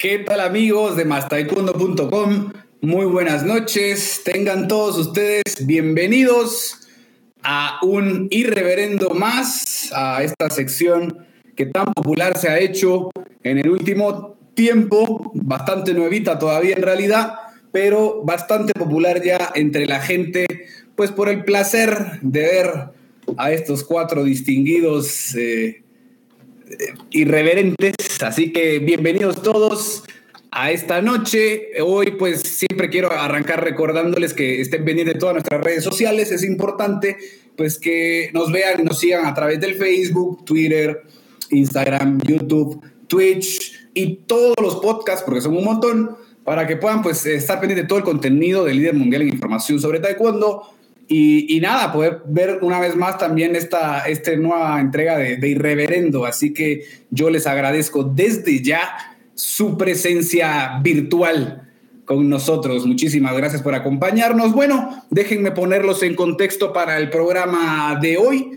¿Qué tal, amigos de mastaekwondo.com? Muy buenas noches, tengan todos ustedes bienvenidos a un irreverendo más, a esta sección que tan popular se ha hecho en el último tiempo, bastante nuevita todavía en realidad, pero bastante popular ya entre la gente, pues por el placer de ver a estos cuatro distinguidos irreverentes. Así que bienvenidos todos a esta noche. Hoy pues siempre quiero arrancar recordándoles que estén pendientes de todas nuestras redes sociales. Es importante pues que nos vean y nos sigan a través del Facebook, Twitter, Instagram, YouTube, Twitch y todos los podcasts, porque son un montón, para que puedan pues estar pendientes de todo el contenido del líder mundial en información sobre taekwondo. Y nada, poder ver una vez más también esta nueva entrega de Irreverendo. Así que yo les agradezco desde ya su presencia virtual con nosotros. Muchísimas gracias por acompañarnos. Bueno, déjenme ponerlos en contexto para el programa de hoy.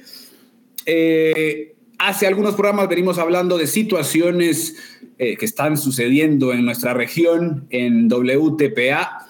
Hace algunos programas venimos hablando de situaciones que están sucediendo en nuestra región, en WTPA.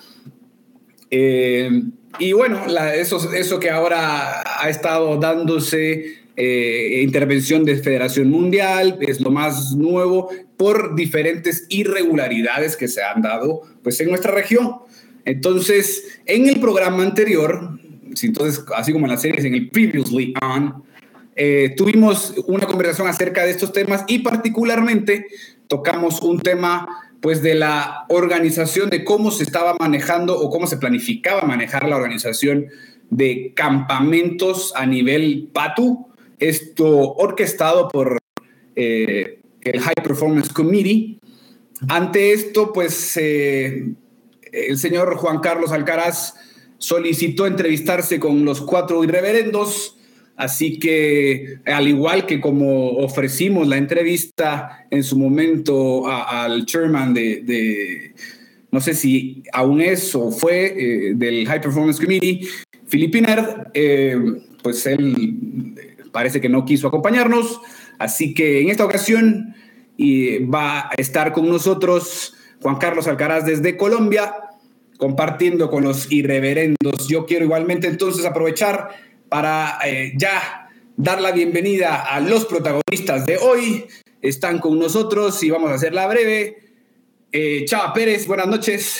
Y bueno, eso que ahora ha estado dándose intervención de Federación Mundial es lo más nuevo por diferentes irregularidades que se han dado pues, en nuestra región. Entonces, en el programa anterior, entonces, así como en las series, en el Previously On, tuvimos una conversación acerca de estos temas y particularmente tocamos un tema pues de la organización, de cómo se estaba manejando o cómo se planificaba manejar la organización de campamentos a nivel PATU, esto orquestado por el High Performance Committee. Ante esto, pues el señor Juan Carlos Alcaraz solicitó entrevistarse con los cuatro irreverendos. Así que, al igual que como ofrecimos la entrevista en su momento al chairman de no sé si aún es o fue, del High Performance Committee, Filipiner, pues él parece que no quiso acompañarnos. Así que en esta ocasión va a estar con nosotros Juan Carlos Alcaraz desde Colombia, compartiendo con los irreverendos. Yo quiero igualmente entonces aprovechar para ya dar la bienvenida a los protagonistas de hoy. Están con nosotros y vamos a hacerla breve. Chava Pérez, buenas noches.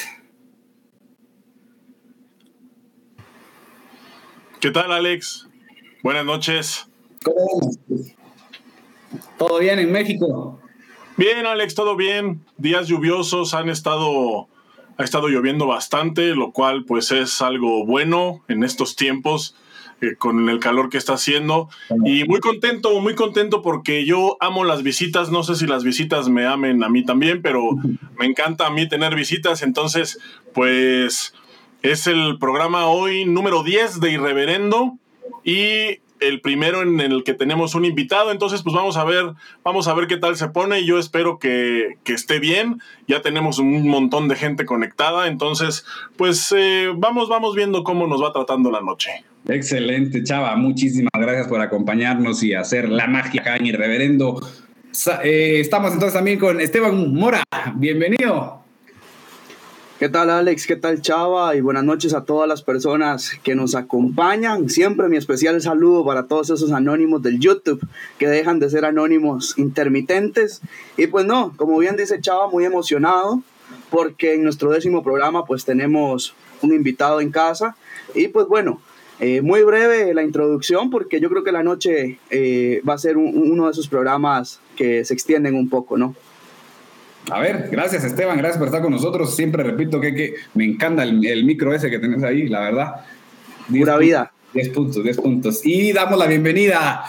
¿Qué tal, Alex? Buenas noches. ¿Cómo vamos? ¿Todo bien en México? Bien, Alex, todo bien. Días lluviosos, ha estado lloviendo bastante, lo cual pues es algo bueno en estos tiempos. Con el calor que está haciendo y muy contento porque yo amo las visitas. No sé si las visitas me amen a mí también, pero me encanta a mí tener visitas. Entonces pues es el programa hoy número 10 de Irreverendo y el primero en el que tenemos un invitado. Entonces pues vamos a ver qué tal se pone. Yo espero que esté bien. Ya tenemos un montón de gente conectada, entonces pues vamos viendo cómo nos va tratando la noche. Excelente, Chava. Muchísimas gracias por acompañarnos y hacer la magia acá en Irreverendo. Estamos entonces también con Esteban Mora. Bienvenido. ¿Qué tal, Alex? ¿Qué tal, Chava? Y buenas noches a todas las personas que nos acompañan. Siempre mi especial saludo para todos esos anónimos del YouTube que dejan de ser anónimos intermitentes. Y pues no, como bien dice Chava, muy emocionado porque en nuestro 10º programa pues tenemos un invitado en casa. Y pues bueno, muy breve la introducción porque yo creo que la noche va a ser uno de esos programas que se extienden un poco, ¿no? A ver, gracias Esteban, gracias por estar con nosotros. Siempre repito que me encanta el micro ese que tenés ahí, la verdad. Pura vida. 10 puntos. Y damos la bienvenida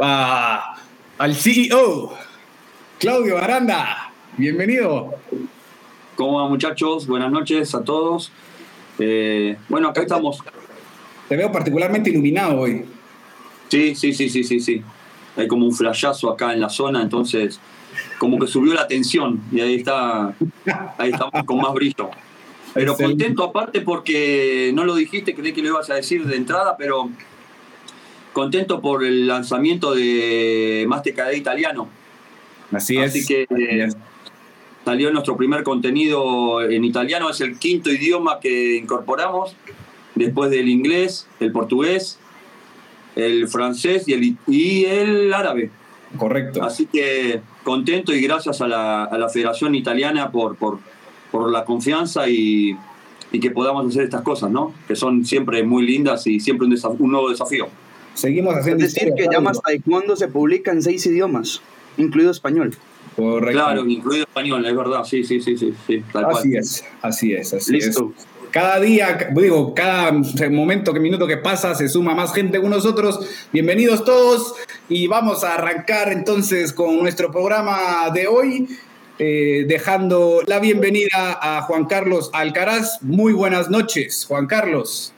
al CEO, Claudio Aranda. Bienvenido. ¿Cómo va, muchachos? Buenas noches a todos. Bueno, acá estamos. Te veo particularmente iluminado hoy. Sí. Hay como un flashazo acá en la zona, entonces como que subió la tensión y ahí estamos con más brillo. Pero excelente. Contento aparte porque no lo dijiste, creí que lo ibas a decir de entrada, pero contento por el lanzamiento de Más TKD italiano. Así es. Que salió nuestro primer contenido en italiano, es el 5º idioma que incorporamos, después del inglés, el portugués, el francés y el árabe. Correcto. Así que contento y gracias a la Federación Italiana por la confianza y que podamos hacer estas cosas, ¿no? Que son siempre muy lindas y siempre un nuevo desafío. Seguimos haciendo. Es decir, que Llamas Taekwondo se publica en 6 idiomas, incluido español. Correcto. Claro, incluido español, es verdad, sí, tal cual. Así es. Listo. Cada día, cada minuto que pasa se suma más gente con nosotros. Bienvenidos todos y vamos a arrancar entonces con nuestro programa de hoy, dejando la bienvenida a Juan Carlos Alcaraz. Muy buenas noches, Juan Carlos.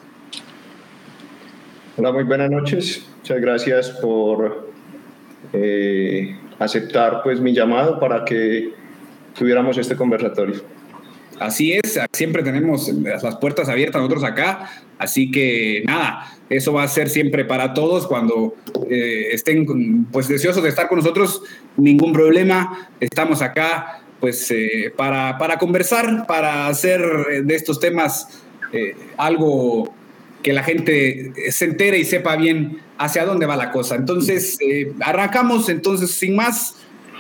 Hola, muy buenas noches. Muchas gracias por aceptar pues mi llamado para que tuviéramos este conversatorio. Así es, siempre tenemos las puertas abiertas nosotros acá, así que nada, eso va a ser siempre para todos. Cuando estén pues deseosos de estar con nosotros, ningún problema, estamos acá pues para conversar, para hacer de estos temas algo que la gente se entere y sepa bien hacia dónde va la cosa. Entonces, arrancamos entonces sin más.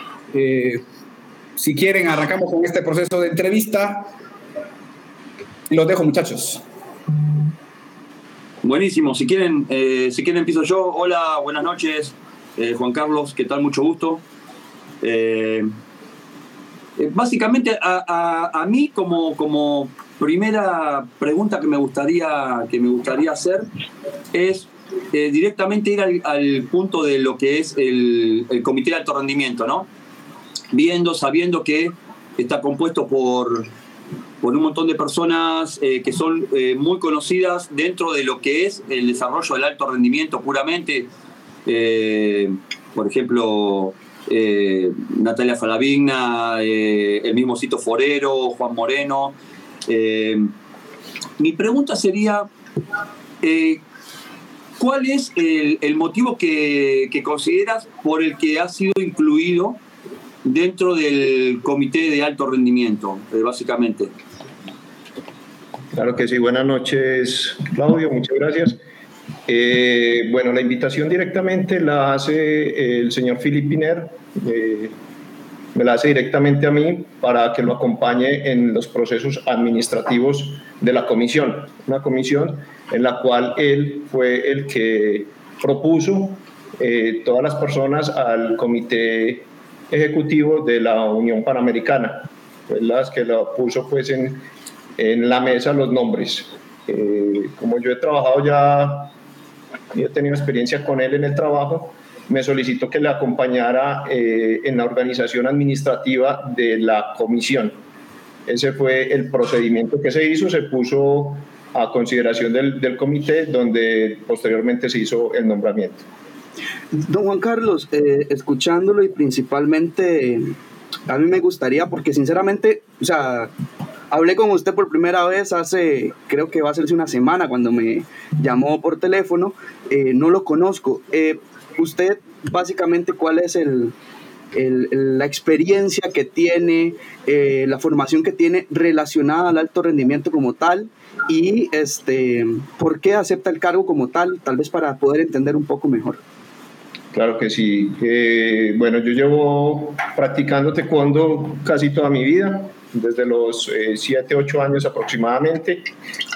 Si quieren, arrancamos con este proceso de entrevista. Los dejo, muchachos. Buenísimo. Si quieren empiezo yo. Hola, buenas noches. Juan Carlos, ¿qué tal? Mucho gusto. Básicamente, a mí como primera pregunta que me gustaría hacer es directamente ir al punto de lo que es el Comité de Alto Rendimiento, ¿no? Sabiendo que está compuesto por un montón de personas que son muy conocidas dentro de lo que es el desarrollo del alto rendimiento puramente. Por ejemplo, Natalia Falavigna, el mismo Cito Forero, Juan Moreno. Mi pregunta sería, ¿cuál es el motivo que consideras por el que has sido incluido dentro del Comité de Alto Rendimiento, básicamente? Claro que sí. Buenas noches, Claudio, muchas gracias. Bueno, la invitación directamente la hace el señor Philippe Piner, me la hace directamente a mí para que lo acompañe en los procesos administrativos de la comisión, una comisión en la cual él fue el que propuso todas las personas al comité ejecutivo de la Unión Panamericana, pues las que lo puso pues en la mesa los nombres. Como yo he trabajado ya, he tenido experiencia con él en el trabajo, me solicitó que le acompañara en la organización administrativa de la comisión. Ese fue el procedimiento que se hizo, se puso a consideración del comité, donde posteriormente se hizo el nombramiento. Don Juan Carlos, escuchándolo y principalmente a mí me gustaría, porque sinceramente, o sea, hablé con usted por primera vez hace, creo que va a hacerse una semana cuando me llamó por teléfono, no lo conozco. Usted, básicamente, ¿cuál es la experiencia que tiene, la formación que tiene relacionada al alto rendimiento como tal? Y ¿por qué acepta el cargo como tal? Tal vez para poder entender un poco mejor. Claro que sí. Bueno, yo llevo practicando taekwondo casi toda mi vida, desde los 7, 8 años aproximadamente.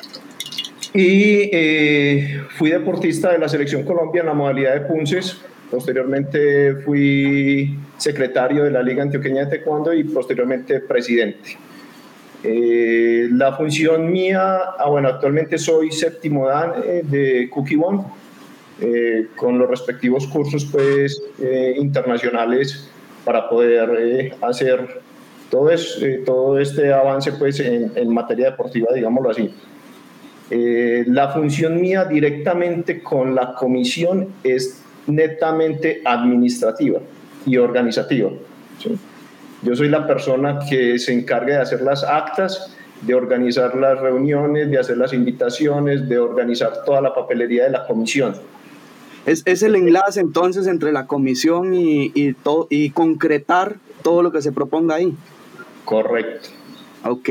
Y fui deportista de la Selección Colombia en la modalidad de punces. Posteriormente fui secretario de la Liga Antioqueña de Taekwondo y posteriormente presidente. La función mía, bueno, actualmente soy séptimo dan de Kukibon, con los respectivos cursos pues, internacionales para poder hacer todo este avance pues, en materia deportiva, digámoslo así. La función mía directamente con la comisión es netamente administrativa y organizativa, ¿sí? Yo soy la persona que se encarga de hacer las actas, de organizar las reuniones, de hacer las invitaciones, de organizar toda la papelería de la comisión. Es el enlace entonces entre la comisión y concretar todo lo que se proponga ahí. Correcto. Ok.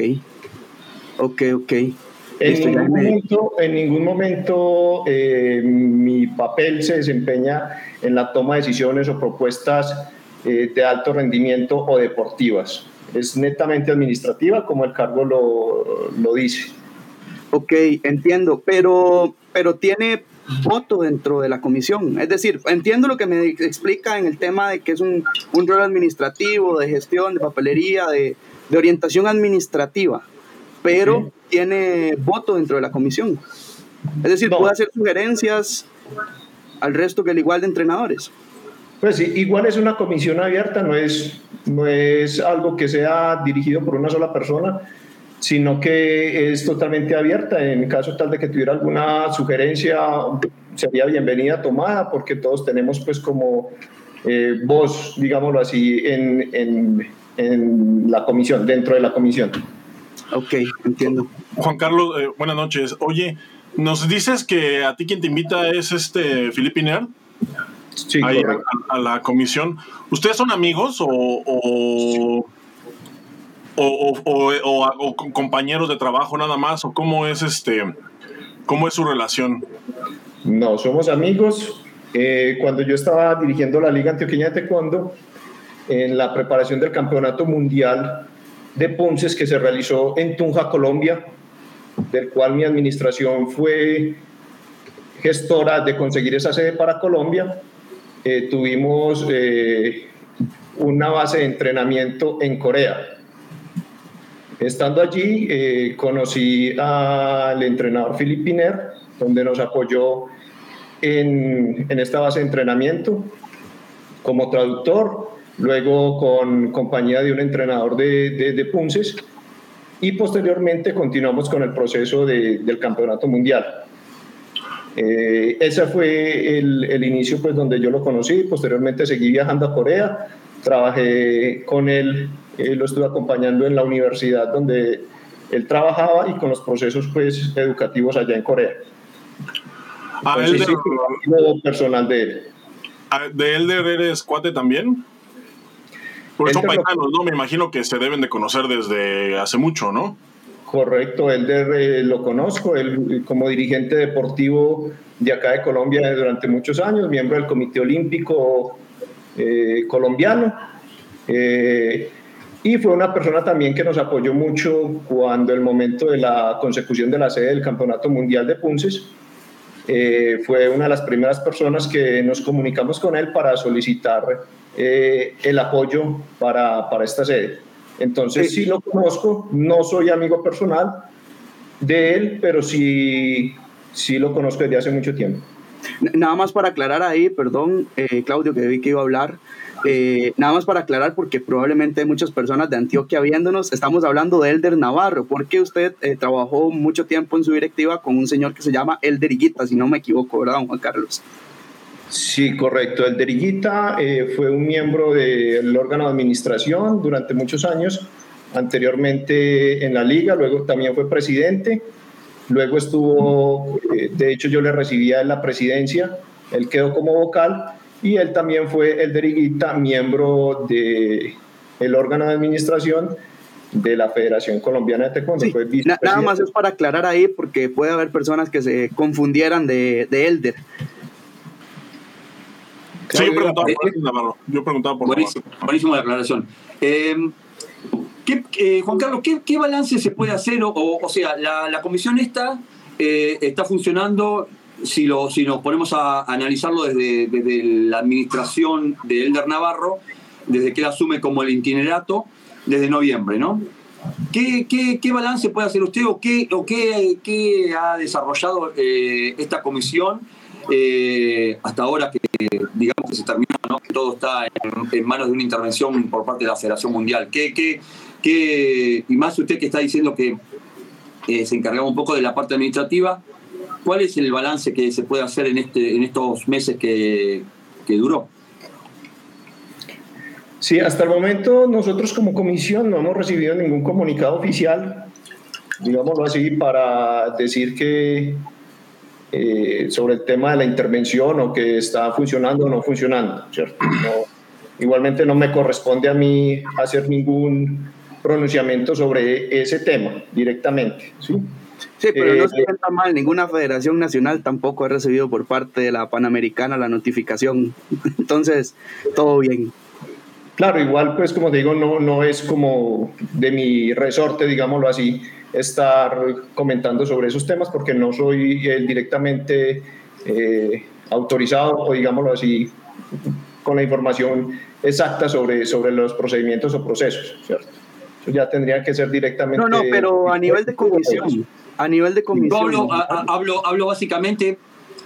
En ningún momento mi papel se desempeña en la toma de decisiones o propuestas de alto rendimiento o deportivas. Es netamente administrativa, como el cargo lo dice. Ok, entiendo, pero tiene voto dentro de la comisión. Es decir, entiendo lo que me explica en el tema de que es un rol administrativo, de gestión, de papelería, de orientación administrativa, pero sí tiene voto dentro de la comisión. Es decir, puede hacer sugerencias al resto que el igual de entrenadores. Pues sí, igual es una comisión abierta, no es algo que sea dirigido por una sola persona, sino que es totalmente abierta. En caso tal de que tuviera alguna sugerencia, sería bienvenida tomada, porque todos tenemos pues como voz, digámoslo así, en la comisión, dentro de la comisión. Ok, entiendo. Juan Carlos, buenas noches. Oye, ¿nos dices que a ti quien te invita es Philippe Piner? Sí, ahí a la comisión. ¿Ustedes son amigos o compañeros de trabajo nada más? ¿O cómo es su relación? No, somos amigos. Cuando yo estaba dirigiendo la Liga Antioqueña de Taekwondo, en la preparación del Campeonato Mundial de Punces que se realizó en Tunja, Colombia, del cual mi administración fue gestora de conseguir esa sede para Colombia, tuvimos una base de entrenamiento en Corea. Estando allí, conocí al entrenador Philippe Piner, donde nos apoyó en esta base de entrenamiento como traductor, luego con compañía de un entrenador de Punces, y posteriormente continuamos con el proceso del Campeonato Mundial. Ese fue el inicio pues, donde yo lo conocí. Posteriormente seguí viajando a Corea, trabajé con él, lo estuve acompañando en la universidad donde él trabajaba y con los procesos pues, educativos allá en Corea. Entonces, sí, amigo personal de él. ¿De Elder eres cuate también? Porque son paisanos, ¿no? Me imagino que se deben de conocer desde hace mucho, ¿no? Correcto, Elder lo conozco, él como dirigente deportivo de acá de Colombia durante muchos años, miembro del Comité Olímpico colombiano, y fue una persona también que nos apoyó mucho cuando el momento de la consecución de la sede del Campeonato Mundial de Punces. Fue una de las primeras personas que nos comunicamos con él para solicitar el apoyo para esta sede. Entonces sí lo conozco, no soy amigo personal de él, pero sí lo conozco desde hace mucho tiempo. Nada más para aclarar ahí, perdón, Claudio, que vi que iba a hablar. Nada más para aclarar, porque probablemente hay muchas personas de Antioquia viéndonos, estamos hablando de Elder Navarro, porque usted trabajó mucho tiempo en su directiva con un señor que se llama Elder Higuita, si no me equivoco, ¿verdad, don Juan Carlos? Sí, correcto. Elder Higuita fue un miembro del órgano de administración durante muchos años, anteriormente en la liga, luego también fue presidente, luego estuvo, de hecho yo le recibía en la presidencia, él quedó como vocal, y él también fue Elder Higuita, miembro del órgano de administración de la Federación Colombiana de Taekwondo. Sí, nada más es para aclarar ahí, porque puede haber personas que se confundieran de Elder. Sí, yo preguntaba por buenísimo la aclaración. Juan Carlos, ¿qué balance se puede hacer? O sea, la comisión está funcionando, si nos ponemos a analizarlo desde la administración de Elder Navarro, desde que él asume como el itinerato, desde noviembre, ¿no? ¿Qué balance puede hacer usted o qué ha desarrollado esta comisión hasta ahora que digamos que se terminó, ¿no? Que todo está en manos de una intervención por parte de la Federación Mundial? Y más usted que está diciendo que se encargaba un poco de la parte administrativa, ¿cuál es el balance que se puede hacer en estos meses que duró? Sí, hasta el momento nosotros como comisión no hemos recibido ningún comunicado oficial, digámoslo así, para decir que sobre el tema de la intervención o que está funcionando o no funcionando, ¿cierto? Igualmente no me corresponde a mí hacer ningún pronunciamiento sobre ese tema directamente, ¿sí? Sí, pero no se sienta mal, ninguna federación nacional tampoco ha recibido por parte de la Panamericana la notificación, entonces todo bien. Claro, igual pues como te digo, no es como de mi resorte, digámoslo así, estar comentando sobre esos temas porque no soy directamente autorizado o digámoslo así con la información exacta sobre los procedimientos o procesos, ¿cierto? Eso ya tendría que ser directamente... No, pero a nivel de comisión, Yo hablo básicamente,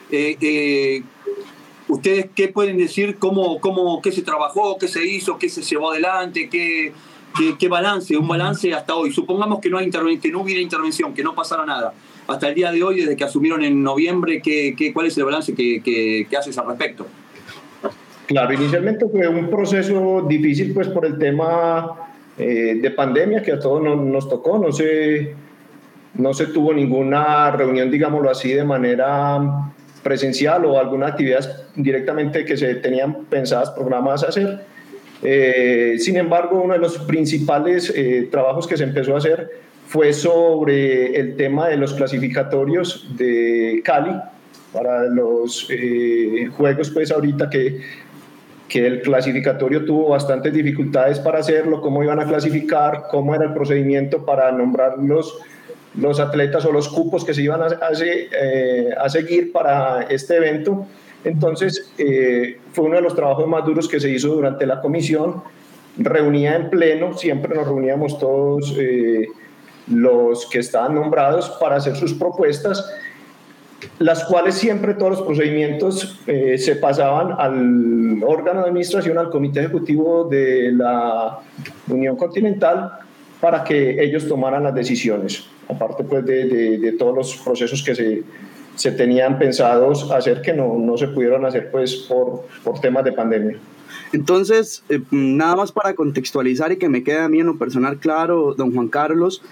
¿ustedes qué pueden decir? ¿Qué se trabajó? ¿Qué se hizo? ¿Qué se llevó adelante? ¿Qué balance? Un balance hasta hoy. Supongamos que no hubiera intervención, que no pasara nada. Hasta el día de hoy, desde que asumieron en noviembre, ¿cuál es el balance que haces al respecto? Claro, inicialmente fue un proceso difícil pues por el tema de pandemia que a todos nos tocó. No se tuvo ninguna reunión, digámoslo así, de manera presencial o alguna actividad directamente que se tenían pensadas, programadas a hacer. Sin embargo, uno de los principales trabajos que se empezó a hacer fue sobre el tema de los clasificatorios de Cali para los juegos, pues ahorita que el clasificatorio tuvo bastantes dificultades para hacerlo, cómo iban a clasificar, cómo era el procedimiento para nombrar los atletas o los cupos que se iban a seguir para este evento. Entonces, fue uno de los trabajos más duros que se hizo durante la comisión, reunida en pleno, siempre nos reuníamos todos los que estaban nombrados para hacer sus propuestas, las cuales siempre todos los procedimientos se pasaban al órgano de administración, al comité ejecutivo de la Unión Continental, para que ellos tomaran las decisiones, aparte pues de todos los procesos que se tenían pensados hacer que no se pudieron hacer pues por temas de pandemia. Entonces, nada más para contextualizar y que me quede a mí en lo personal claro, don Juan Carlos,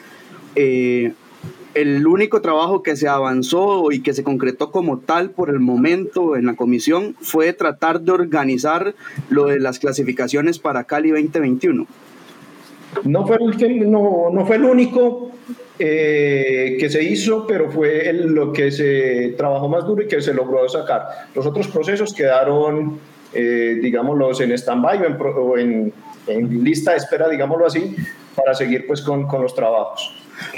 el único trabajo que se avanzó y que se concretó como tal por el momento en la comisión fue tratar de organizar lo de las clasificaciones para Cali 2021. No fue el único que se hizo, pero fue lo que se trabajó más duro y que se logró sacar. Los otros procesos quedaron, digámoslos, en stand-by o en lista de espera, digámoslo así, para seguir pues con los trabajos.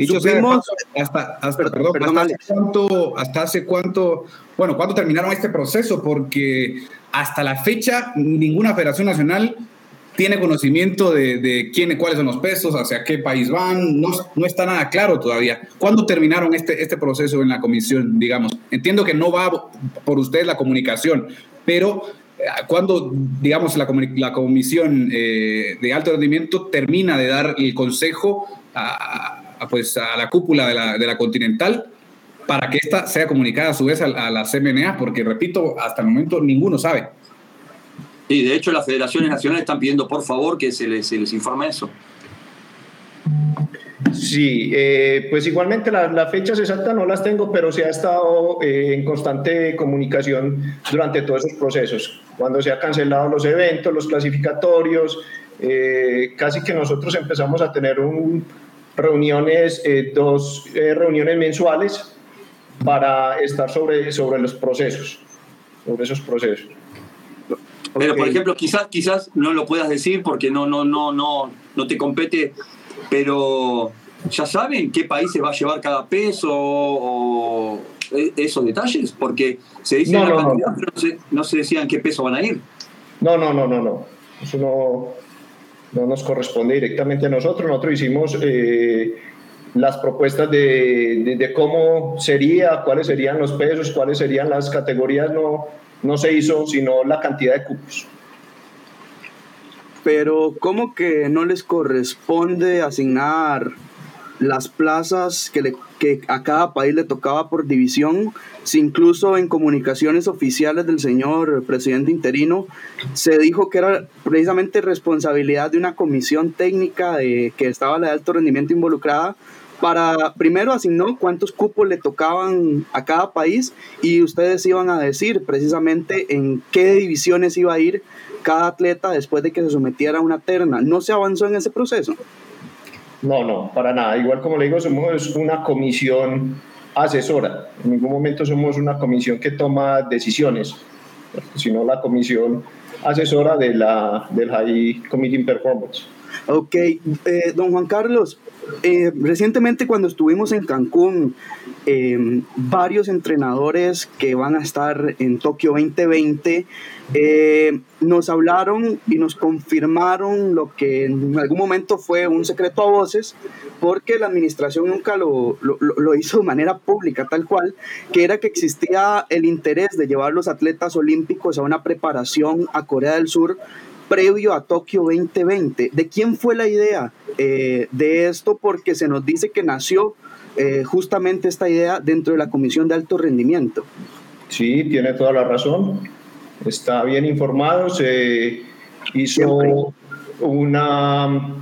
¿Cuándo terminaron este proceso? Porque hasta la fecha ninguna federación nacional tiene conocimiento de cuáles son los pesos, hacia qué país van, no está nada claro todavía. ¿Cuándo terminaron este proceso en la comisión, digamos? Entiendo que no va por ustedes la comunicación, pero ¿cuándo, digamos, la comisión de alto rendimiento termina de dar el consejo a la cúpula de la Continental para que esta sea comunicada a su vez a la CMNA? Porque, repito, hasta el momento ninguno sabe. Sí, de hecho las federaciones nacionales están pidiendo por favor que se les informe eso. Sí, pues igualmente las fechas exactas no las tengo, pero se ha estado en constante comunicación durante todos esos procesos. Cuando se han cancelado los eventos, los clasificatorios, casi que nosotros empezamos a tener dos reuniones mensuales para estar sobre los procesos, sobre esos procesos. Pero, por ejemplo, quizás no lo puedas decir porque no te compete, pero ¿ya saben qué país se va a llevar cada peso o esos detalles? Porque se dice la cantidad, pero no se decían qué peso van a ir. No. Eso no nos corresponde directamente a nosotros. Nosotros hicimos las propuestas de cómo sería, cuáles serían los pesos, cuáles serían las categorías. No se hizo sino la cantidad de cupos. Pero ¿cómo que no les corresponde asignar las plazas que a cada país le tocaba por división? Si incluso en comunicaciones oficiales del señor presidente interino se dijo que era precisamente responsabilidad de una comisión técnica que estaba la de alto rendimiento involucrada para primero asignó cuántos cupos le tocaban a cada país y ustedes iban a decir precisamente en qué divisiones iba a ir cada atleta después de que se sometiera a una terna. ¿No se avanzó en ese proceso? No, para nada. Igual como le digo, somos una comisión asesora. En ningún momento somos una comisión que toma decisiones, sino la comisión asesora del High Committee Performance. Ok, don Juan Carlos, recientemente cuando estuvimos en Cancún, varios entrenadores que van a estar en Tokio 2020 nos hablaron y nos confirmaron lo que en algún momento fue un secreto a voces, porque la administración nunca lo hizo de manera pública, tal cual, que era que existía el interés de llevar los atletas olímpicos a una preparación a Corea del Sur previo a Tokio 2020. ¿De quién fue la idea de esto? Porque se nos dice que nació justamente esta idea dentro de la Comisión de Alto Rendimiento. Sí, tiene toda la razón. Está bien informado. Se hizo una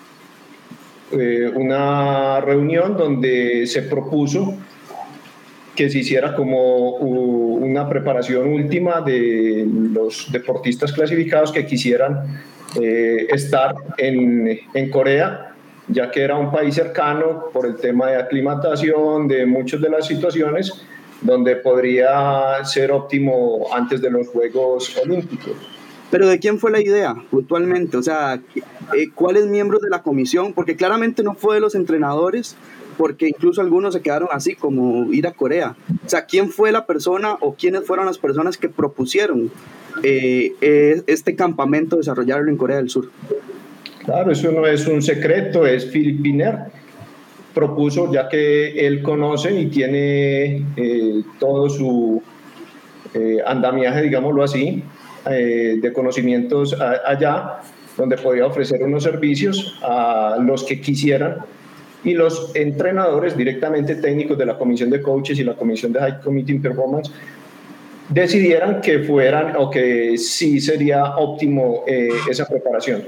reunión donde se propuso que se hiciera como una preparación última de los deportistas clasificados que quisieran estar en Corea, ya que era un país cercano por el tema de aclimatación, de muchas de las situaciones, donde podría ser óptimo antes de los Juegos Olímpicos. ¿Pero de quién fue la idea puntualmente? O sea, ¿cuáles miembros de la comisión? Porque claramente no fue de los entrenadores, porque incluso algunos se quedaron así como ir a Corea. O sea, ¿quién fue la persona o quiénes fueron las personas que propusieron este campamento, desarrollarlo en Corea del Sur? Claro, eso no es un secreto, es Philipp Piner. Propuso, ya que él conoce y tiene todo su andamiaje, digámoslo así, de conocimientos allá, donde podía ofrecer unos servicios a los que quisieran, y los entrenadores directamente técnicos de la comisión de coaches y la comisión de High Committee Performance decidieran que fueran o que sí sería óptimo esa preparación.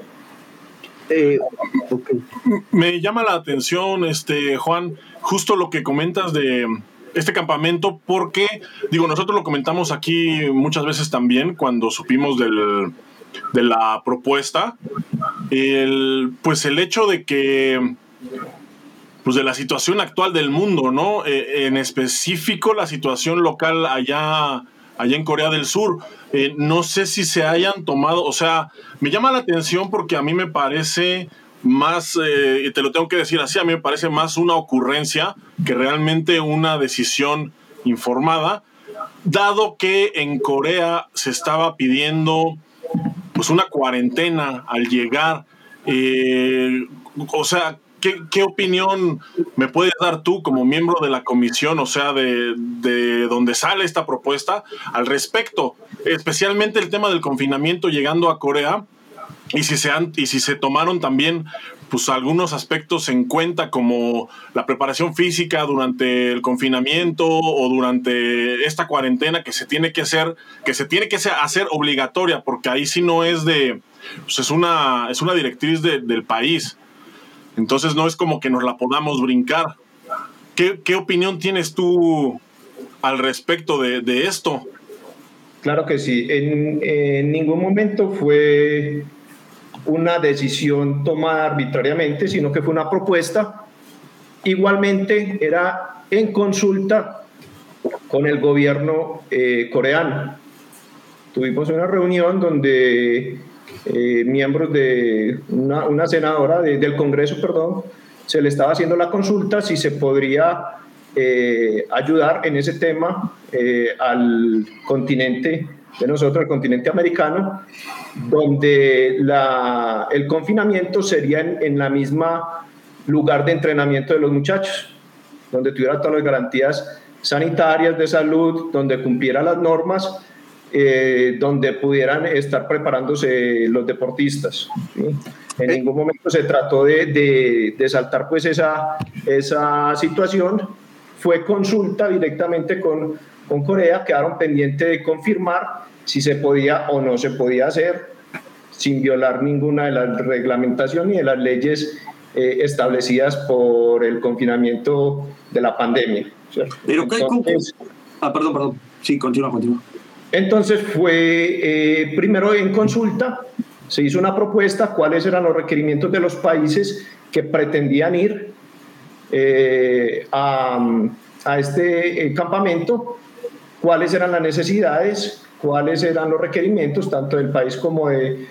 Okay. Me llama la atención, Juan, justo lo que comentas de este campamento, porque, nosotros lo comentamos aquí muchas veces también cuando supimos de la propuesta, pues el hecho de que, pues de la situación actual del mundo, ¿no? En específico la situación local allá en Corea del Sur. No sé si se hayan tomado, o sea, me llama la atención porque a mí me parece más, y te lo tengo que decir así, a mí me parece más una ocurrencia que realmente una decisión informada, dado que en Corea se estaba pidiendo pues una cuarentena al llegar. O sea, ¿qué opinión me puedes dar tú como miembro de la comisión, o sea, de donde sale esta propuesta al respecto? Especialmente el tema del confinamiento llegando a Corea, y si se tomaron también pues algunos aspectos en cuenta, como la preparación física durante el confinamiento o durante esta cuarentena que se tiene que hacer obligatoria, porque ahí sí no es pues es una directriz del país. Entonces no es como que nos la podamos brincar. ¿Qué opinión tienes tú al respecto de esto? Claro que sí. En ningún momento fue una decisión tomada arbitrariamente, sino que fue una propuesta. Igualmente era en consulta con el gobierno coreano. Tuvimos una reunión donde miembros de una senadora del Congreso, se le estaba haciendo la consulta si se podría ayudar en ese tema al continente de nosotros, el continente americano, donde el confinamiento sería en la misma lugar de entrenamiento de los muchachos, donde tuviera todas las garantías sanitarias de salud, donde cumpliera las normas, donde pudieran estar preparándose los deportistas, ¿sí? En ningún momento se trató de saltar pues esa situación. Fue consulta directamente con Corea, quedaron pendientes de confirmar si se podía o no se podía hacer sin violar ninguna de las reglamentaciones ni de las leyes establecidas por el confinamiento de la pandemia, ¿cierto? Pero entonces, perdón. Sí, continúa. Entonces primero en consulta se hizo una propuesta, cuáles eran los requerimientos de los países que pretendían ir a este campamento, cuáles eran las necesidades, cuáles eran los requerimientos, tanto del país como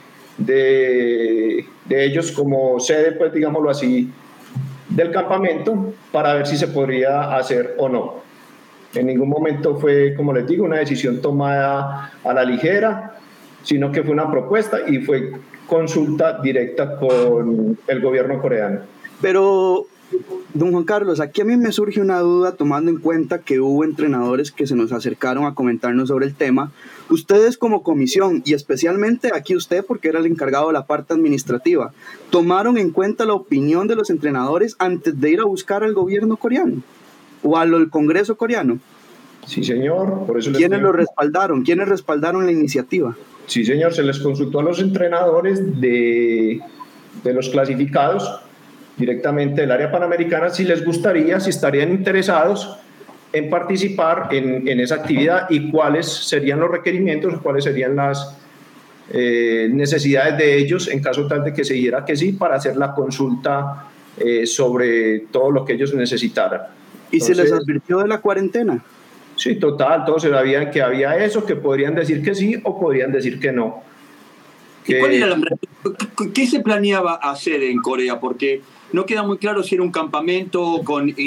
de ellos como sede, pues digámoslo así, del campamento, para ver si se podría hacer o no. En ningún momento fue, como les digo, una decisión tomada a la ligera, sino que fue una propuesta y fue consulta directa con el gobierno coreano. Pero, don Juan Carlos, aquí a mí me surge una duda tomando en cuenta que hubo entrenadores que se nos acercaron a comentarnos sobre el tema. Ustedes como comisión, y especialmente aquí usted porque era el encargado de la parte administrativa, ¿tomaron en cuenta la opinión de los entrenadores antes de ir a buscar al gobierno coreano o al Congreso coreano? Sí, señor. Por eso ¿Quiénes lo respaldaron? ¿Quiénes respaldaron la iniciativa? Sí, señor. Se les consultó a los entrenadores de los clasificados directamente del área panamericana si les gustaría, si estarían interesados en participar en esa actividad y cuáles serían los requerimientos, cuáles serían las necesidades de ellos en caso tal de que se dijera que sí, para hacer la consulta sobre todo lo que ellos necesitaran. ¿Y entonces, se les advirtió de la cuarentena? Sí, total, todos sabían que había eso, que podrían decir que sí o podrían decir que no. ¿Cuál era ¿Qué se planeaba hacer en Corea? Porque no queda muy claro si era un campamento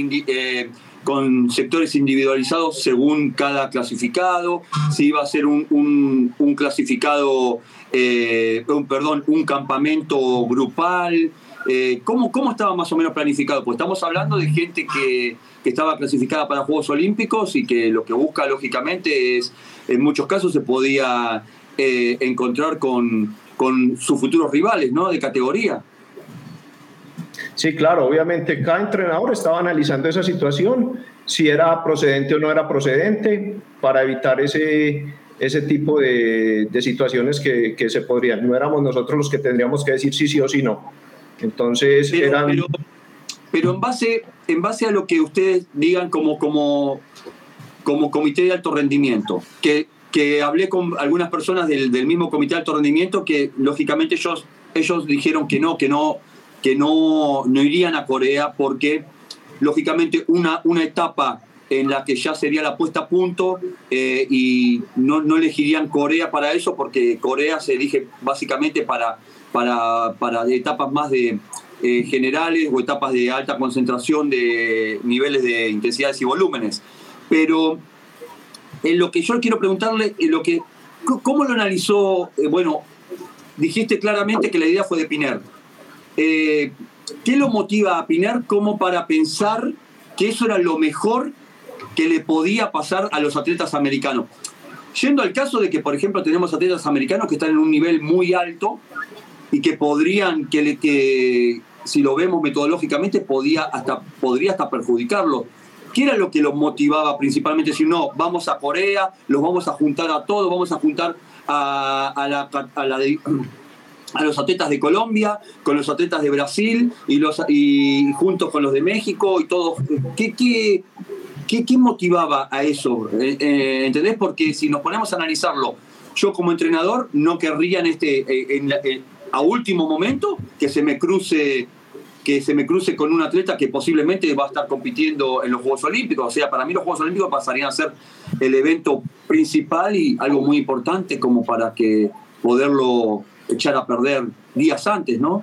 con sectores individualizados según cada clasificado, si iba a ser un clasificado, un campamento grupal. ¿Cómo estaba más o menos planificado? Pues estamos hablando de gente que estaba clasificada para Juegos Olímpicos y que lo que busca lógicamente es, en muchos casos se podía encontrar con sus futuros rivales, ¿no?, de categoría. Sí, claro, obviamente cada entrenador estaba analizando esa situación, si era procedente o no era procedente, para evitar ese tipo de situaciones que se podrían. No éramos nosotros los que tendríamos que decir sí o sí no. Entonces pero en base a lo que ustedes digan como comité de alto rendimiento, que hablé con algunas personas del mismo comité de alto rendimiento que lógicamente ellos dijeron que no irían a Corea porque lógicamente una etapa en la que ya sería la puesta a punto y no elegirían Corea para eso, porque Corea se elige básicamente para etapas más de generales o etapas de alta concentración de niveles de intensidades y volúmenes. Pero en lo que yo quiero preguntarle, ¿cómo lo analizó? Bueno, dijiste claramente que la idea fue de Piner. ¿Qué lo motiva a Piner como para pensar que eso era lo mejor que le podía pasar a los atletas americanos? Yendo al caso de que, por ejemplo, tenemos atletas americanos que están en un nivel muy alto y que podrían, que si lo vemos metodológicamente, podría hasta perjudicarlo. ¿Qué era lo que los motivaba principalmente? Si no, vamos a Corea, los vamos a juntar a todos, vamos a juntar a los atletas de Colombia, con los atletas de Brasil y juntos con los de México y todos. ¿Qué motivaba a eso? ¿Entendés? Porque si nos ponemos a analizarlo, yo como entrenador no querría a último momento que se me cruce con un atleta que posiblemente va a estar compitiendo en los Juegos Olímpicos. O sea, para mí los Juegos Olímpicos pasarían a ser el evento principal y algo muy importante como para que poderlo echar a perder días antes, ¿no?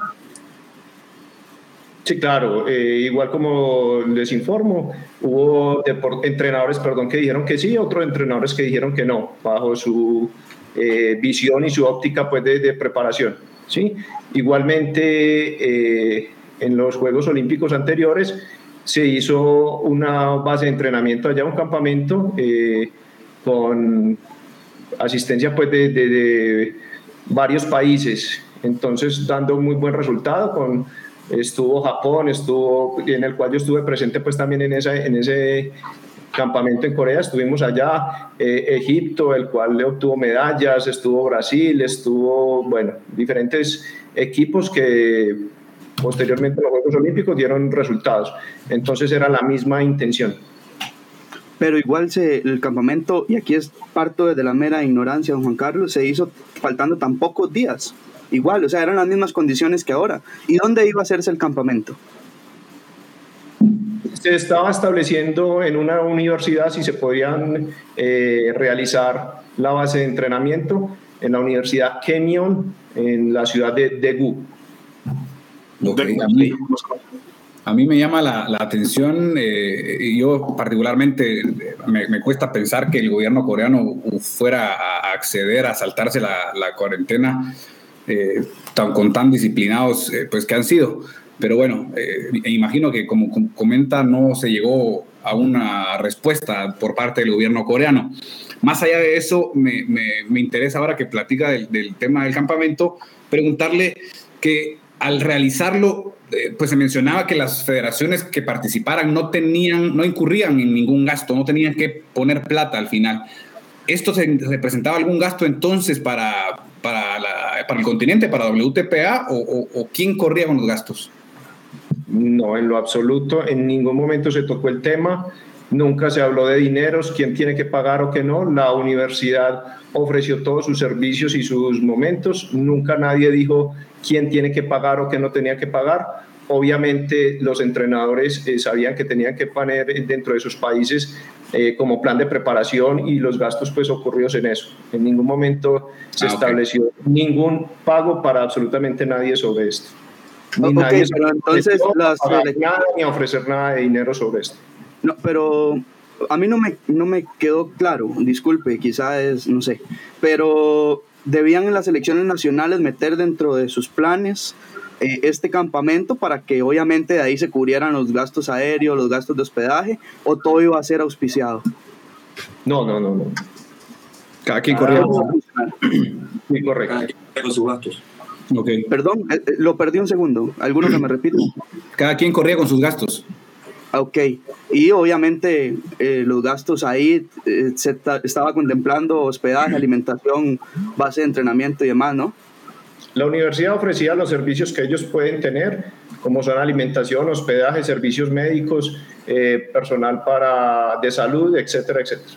Sí, claro. Igual como les informo, hubo entrenadores que dijeron que sí, otros entrenadores que dijeron que no, bajo su visión y su óptica pues, de preparación. ¿Sí? Igualmente, en los Juegos Olímpicos anteriores se hizo una base de entrenamiento allá, un campamento con asistencia pues, de varios países, entonces dando muy buen resultado. Estuvo Japón, en el cual yo estuve presente pues, también en ese campamento en Corea, estuvimos allá, Egipto, el cual le obtuvo medallas, estuvo Brasil, diferentes equipos que posteriormente en los Juegos Olímpicos dieron resultados, entonces era la misma intención. Pero igual el campamento, y aquí es parto de la mera ignorancia, don Juan Carlos, se hizo faltando tan pocos días. igual, o sea, eran las mismas condiciones que ahora. ¿Y dónde iba a hacerse el campamento? Se estaba estableciendo en una universidad si se podían realizar la base de entrenamiento en la Universidad Kenyon, en la ciudad de Daegu. Okay. A mí me llama la atención, yo particularmente me cuesta pensar que el gobierno coreano fuera a acceder a saltarse la cuarentena con tan disciplinados pues que han sido. Pero bueno, imagino que como comenta no se llegó a una respuesta por parte del gobierno coreano. Más allá de eso, me interesa ahora que platica del tema del campamento, preguntarle que al realizarlo, pues se mencionaba que las federaciones que participaran no incurrían en ningún gasto, no tenían que poner plata al final. ¿Esto representaba algún gasto entonces para el continente, para WTPA, o quién corría con los gastos? No, en lo absoluto, en ningún momento se tocó el tema, nunca se habló de dineros, quién tiene que pagar o qué no. La universidad ofreció todos sus servicios y sus momentos, nunca nadie dijo quién tiene que pagar o qué no tenía que pagar. Obviamente los entrenadores sabían que tenían que poner dentro de sus países como plan de preparación, y los gastos pues ocurridos en eso. En ningún momento se estableció ningún pago para absolutamente nadie sobre esto. Ni nadie pero entonces ni ofrecer nada de dinero sobre esto. No, pero a mí no me quedó claro, disculpe, quizás no sé, pero debían en las selecciones nacionales meter dentro de sus planes este campamento para que obviamente de ahí se cubrieran los gastos aéreos, los gastos de hospedaje, o todo iba a ser auspiciado. No. Cada quien corría. Sí, correcto. Cada quien con sus gastos. Okay. Perdón, lo perdí un segundo. ¿Alguno que me repita? Cada quien corría con sus gastos. Ok, y obviamente los gastos ahí se estaba contemplando hospedaje, alimentación, base de entrenamiento y demás, ¿no? La universidad ofrecía los servicios que ellos pueden tener, como son alimentación, hospedaje, servicios médicos, personal de salud, etcétera, etcétera.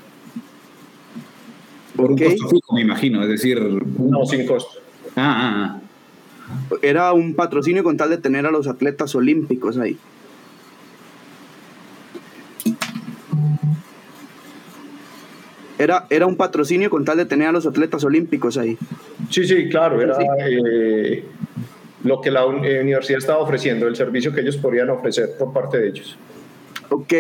Por un costo fijo, me imagino, es decir... No, sin costo. Era un patrocinio con tal de tener a los atletas olímpicos ahí. Era un patrocinio con tal de tener a los atletas olímpicos ahí. Sí, claro, era lo que la universidad estaba ofreciendo, el servicio que ellos podían ofrecer por parte de ellos. Ok,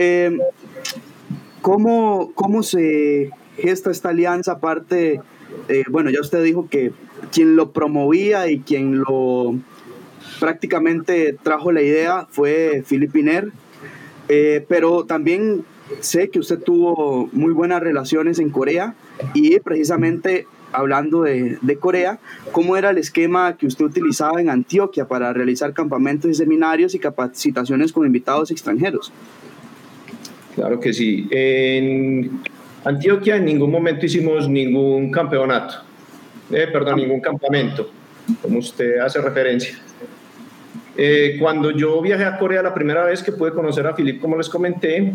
¿cómo se gesta esta alianza? Aparte, bueno, ya usted dijo que quien lo promovía y quien lo prácticamente trajo la idea fue Philippe Piner, pero también sé que usted tuvo muy buenas relaciones en Corea, y precisamente hablando de Corea, ¿cómo era el esquema que usted utilizaba en Antioquia para realizar campamentos y seminarios y capacitaciones con invitados extranjeros? Claro que sí. En Antioquia en ningún momento hicimos ningún campeonato, ningún campamento, como usted hace referencia. Cuando yo viajé a Corea la primera vez que pude conocer a Philippe, como les comenté,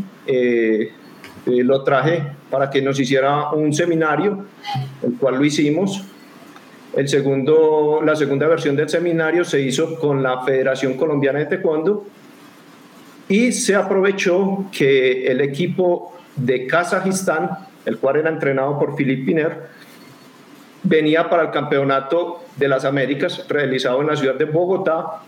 lo traje para que nos hiciera un seminario, el cual lo hicimos. La segunda versión del seminario se hizo con la Federación Colombiana de Taekwondo, y se aprovechó que el equipo de Kazajistán, el cual era entrenado por Philippe Piner, venía para el Campeonato de las Américas realizado en la ciudad de Bogotá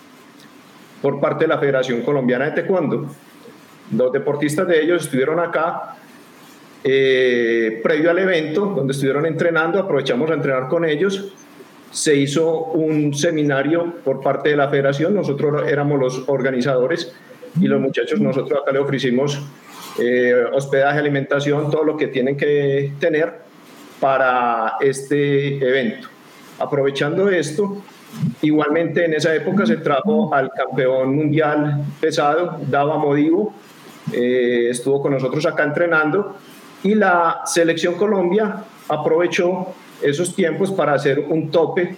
por parte de la Federación Colombiana de Taekwondo. Los deportistas de ellos estuvieron acá previo al evento, donde estuvieron entrenando. Aprovechamos a entrenar con ellos. Se hizo un seminario por parte de la federación, nosotros éramos los organizadores, y los muchachos, nosotros acá le ofrecimos hospedaje, alimentación, todo lo que tienen que tener para este evento. Aprovechando esto, igualmente en esa época se trajo al campeón mundial pesado, Dava Modivo, estuvo con nosotros acá entrenando, y la selección Colombia aprovechó esos tiempos para hacer un tope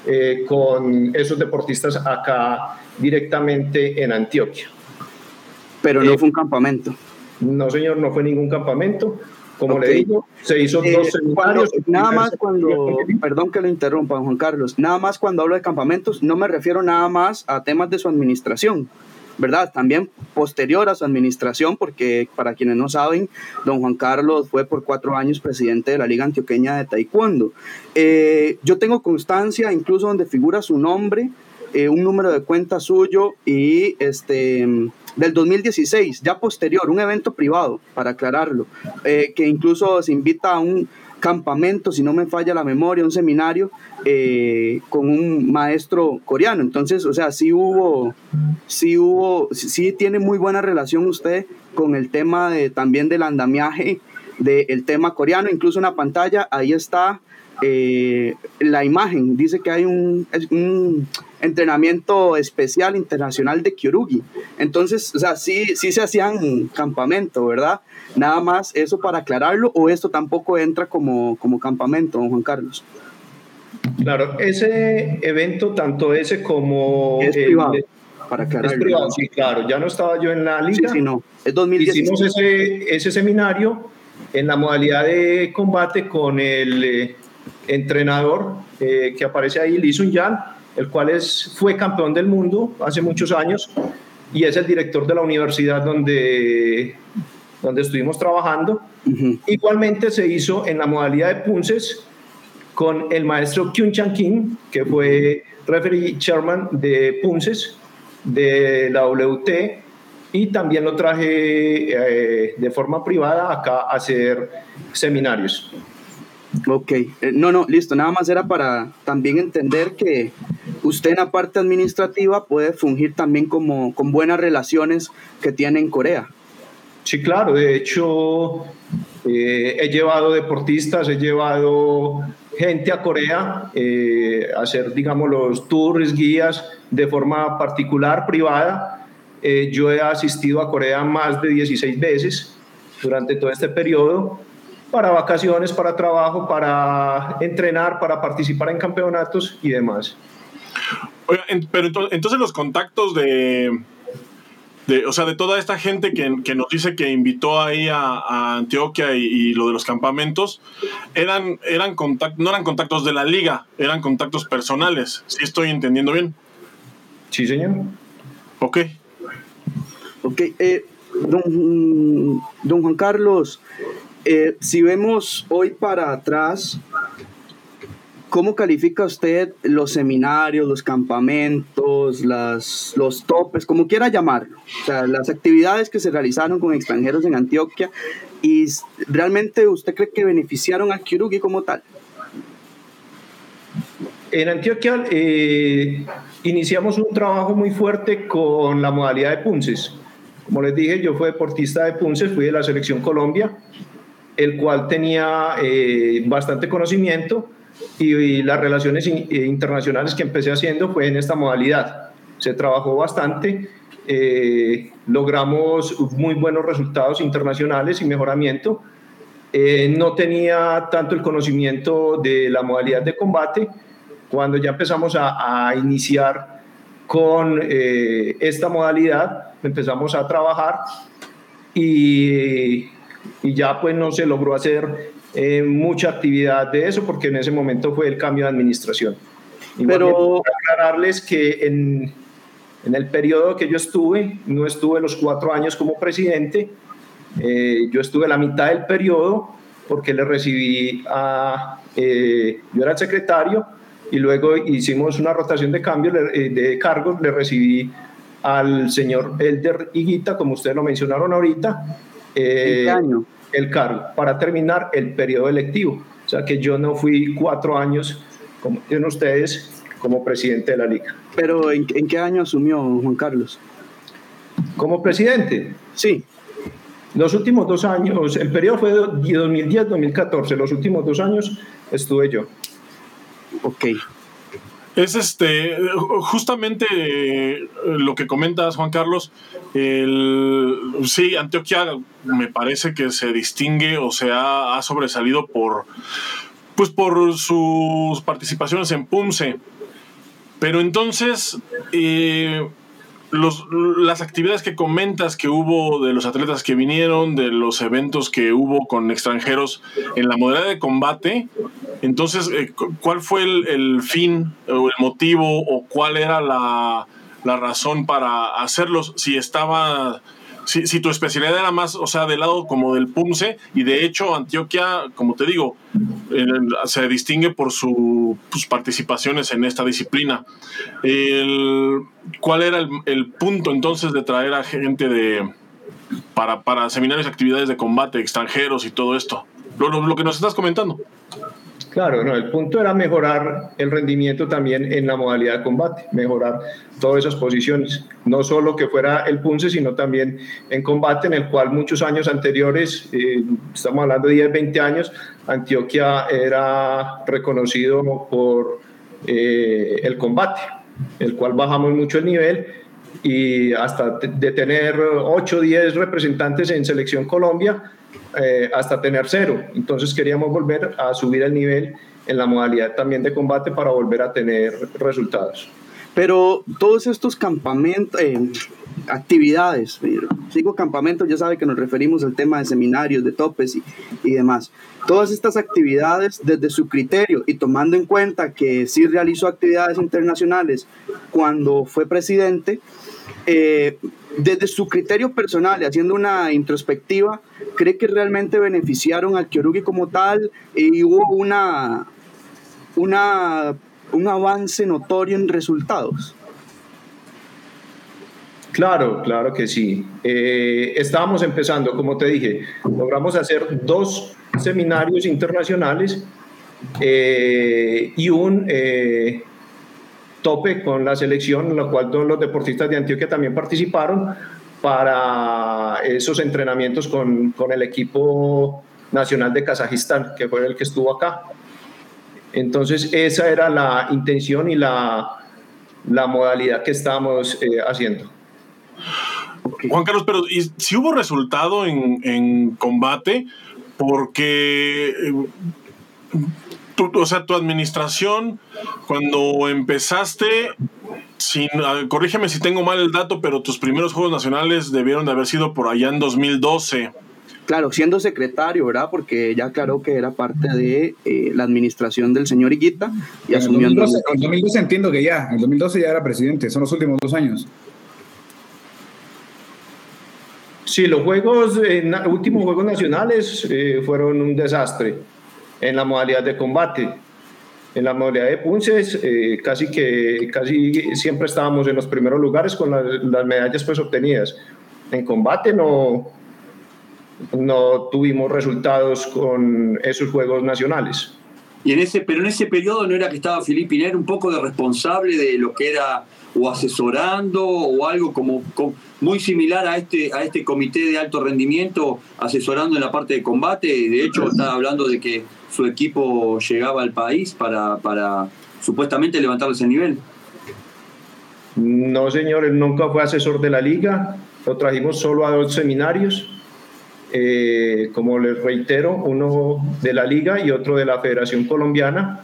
con esos deportistas acá directamente en Antioquia. Pero no fue un campamento. No, señor, no fue ningún campamento. Como le digo, se hizo 2 seminarios. Perdón que lo interrumpa, Juan Carlos, nada más cuando hablo de campamentos, no me refiero nada más a temas de su administración, ¿verdad? También posterior a su administración, porque para quienes no saben, don Juan Carlos fue por 4 años presidente de la Liga Antioqueña de Taekwondo. Yo tengo constancia, incluso donde figura su nombre, un número de cuenta suyo y del 2016, ya posterior, un evento privado, para aclararlo, que incluso se invita a un campamento, si no me falla la memoria, un seminario con un maestro coreano. Entonces, o sea, sí tiene muy buena relación usted con el tema también del andamiaje del tema coreano. Incluso en la pantalla, ahí está la imagen, dice que hay un entrenamiento especial internacional de Kyorugi. Entonces, o sea, sí se hacían campamento, ¿verdad? Nada más eso para aclararlo, o esto tampoco entra como campamento, don Juan Carlos. Claro, ese evento, tanto ese como es privado, para aclararlo. Es privado, sí, claro, ya no estaba yo en la liga. Sí, no, es 2016. Hicimos ese seminario en la modalidad de combate con el entrenador que aparece ahí, Lee Sun-yan, el cual fue campeón del mundo hace muchos años y es el director de la universidad donde estuvimos trabajando. Uh-huh. Igualmente se hizo en la modalidad de punces con el maestro Kyun Chan Kim, que fue referee chairman de punces de la WT, y también lo traje de forma privada acá a hacer seminarios. Ok, no, listo, nada más era para también entender que usted en la parte administrativa puede fungir también con buenas relaciones que tiene en Corea. Sí, claro, de hecho he llevado deportistas, he llevado gente a Corea a hacer, digamos, los tours, guías de forma particular, privada. Yo he asistido a Corea más de 16 veces durante todo este periodo, para vacaciones, para trabajo, para entrenar, para participar en campeonatos y demás. Oiga, pero entonces los contactos de toda esta gente que nos dice que invitó ahí a Antioquia y lo de los campamentos, no eran contactos de la liga, eran contactos personales. ¿Sí estoy entendiendo bien? Sí, señor. Ok, don Juan Carlos, si vemos hoy para atrás, ¿cómo califica usted los seminarios, los campamentos, los topes, como quiera llamarlo? O sea, las actividades que se realizaron con extranjeros en Antioquia, ¿y realmente usted cree que beneficiaron al Kyorugi como tal? En Antioquia iniciamos un trabajo muy fuerte con la modalidad de punces. Como les dije, yo fui deportista de punces, fui de la Selección Colombia, el cual tenía bastante conocimiento, y las relaciones internacionales que empecé haciendo fue en esta modalidad. Se trabajó bastante, logramos muy buenos resultados internacionales y mejoramiento. No tenía tanto el conocimiento de la modalidad de combate. Cuando ya empezamos a iniciar con esta modalidad, empezamos a trabajar y ya pues no se logró hacer mucha actividad de eso, porque en ese momento fue el cambio de administración. Pero aclararles que en el periodo que yo estuve, no estuve los 4 años como presidente, yo estuve la mitad del periodo, porque le recibí yo era el secretario, y luego hicimos una rotación de cambio de cargos, le recibí al señor Elder Higuita, como ustedes lo mencionaron ahorita. ¿En qué año? El cargo, para terminar el periodo electivo. O sea que yo no fui 4 años, como tienen ustedes, como presidente de la liga. ¿Pero en qué año asumió Juan Carlos? ¿Como presidente? Sí. Los últimos 2 años, el periodo fue de 2010-2014, los últimos 2 años estuve yo. Ok. Es justamente lo que comentas, Juan Carlos. Sí, Antioquia me parece que se distingue o se ha sobresalido por sus participaciones en PUMSE. Pero entonces, las actividades que comentas que hubo de los atletas que vinieron, de los eventos que hubo con extranjeros en la modalidad de combate, entonces, ¿cuál fue el fin o el motivo o cuál era la razón para hacerlos? Si tu especialidad era más, o sea, del lado como del punce, y de hecho Antioquia, como te digo, se distingue por sus participaciones en esta disciplina. ¿Cuál era el punto entonces de traer a gente para seminarios y actividades de combate, extranjeros y todo esto? Lo que nos estás comentando. Claro, no, el punto era mejorar el rendimiento también en la modalidad de combate, mejorar todas esas posiciones, no solo que fuera el punce, sino también en combate, en el cual muchos años anteriores, estamos hablando de 10, 20 años, Antioquia era reconocido por el combate, el cual bajamos mucho el nivel y hasta de tener 8 o 10 representantes en Selección Colombia, hasta tener 0. Entonces queríamos volver a subir el nivel en la modalidad también de combate para volver a tener resultados. Pero todos estos campamentos, actividades, sigo campamentos, ya sabe que nos referimos al tema de seminarios, de topes y demás. Todas estas actividades, desde su criterio y tomando en cuenta que sí realizó actividades internacionales cuando fue presidente, desde su criterio personal y haciendo una introspectiva, ¿cree que realmente beneficiaron al Kyorugi como tal y hubo un avance notorio en resultados? Claro, claro que sí. Estábamos empezando, como te dije, logramos hacer 2 seminarios internacionales y un tope con la selección, en la cual todos los deportistas de Antioquia también participaron para esos entrenamientos con el equipo nacional de Kazajistán, que fue el que estuvo acá. Entonces esa era la intención y la modalidad que estábamos haciendo. Juan Carlos, pero ¿y si hubo resultado en combate? Porque tu administración, cuando empezaste, corrígeme si tengo mal el dato, pero tus primeros Juegos Nacionales debieron de haber sido por allá en 2012. Claro, siendo secretario, ¿verdad? Porque ya aclaró que era parte de la administración del señor Higuita y asumió en 2012 entiendo que en 2012 ya era presidente, son los últimos 2 años. Sí, los últimos Juegos Nacionales fueron un desastre en la modalidad de combate. En la modalidad de punces casi siempre estábamos en los primeros lugares con las medallas pues obtenidas. En combate no tuvimos resultados con esos Juegos Nacionales. Pero en ese periodo no era que estaba Filipe Iner un poco de responsable de lo que era o asesorando o algo como muy similar a este comité de alto rendimiento, asesorando en la parte de combate. De hecho, estaba hablando de que su equipo llegaba al país para supuestamente levantar ese nivel. No, señor, él nunca fue asesor de la liga. Lo trajimos solo a 2 seminarios. Como les reitero, uno de la liga y otro de la Federación Colombiana,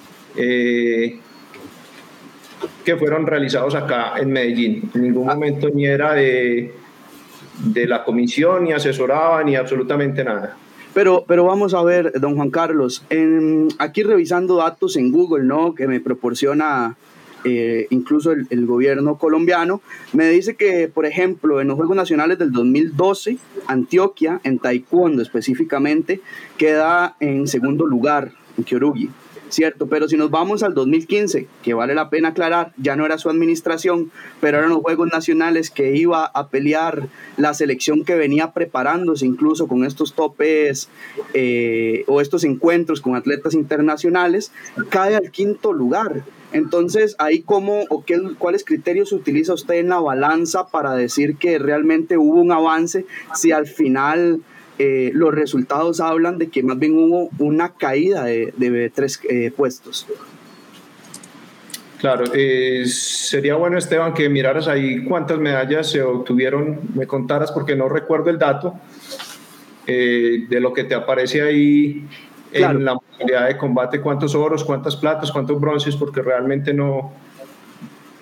que fueron realizados acá en Medellín. En ningún momento ni era de la comisión, ni asesoraba, ni absolutamente nada. Pero vamos a ver, don Juan Carlos, aquí revisando datos en Google, ¿no?, que me proporciona incluso el gobierno colombiano, me dice que, por ejemplo, en los Juegos Nacionales del 2012, Antioquia, en taekwondo específicamente, queda en segundo lugar en Kyorugi, ¿cierto? Pero si nos vamos al 2015, que vale la pena aclarar, ya no era su administración, pero eran los Juegos Nacionales que iba a pelear la selección que venía preparándose incluso con estos topes o estos encuentros con atletas internacionales, cae al 5º lugar. Entonces, ahí ¿cuáles criterios utiliza usted en la balanza para decir que realmente hubo un avance, si al final los resultados hablan de que más bien hubo una caída de 3 puestos? Claro, sería bueno, Esteban, que miraras ahí cuántas medallas se obtuvieron, me contaras, porque no recuerdo el dato de lo que te aparece ahí. Claro. En la modalidad de combate, cuántos oros, cuántas platas, cuántos bronces, porque realmente no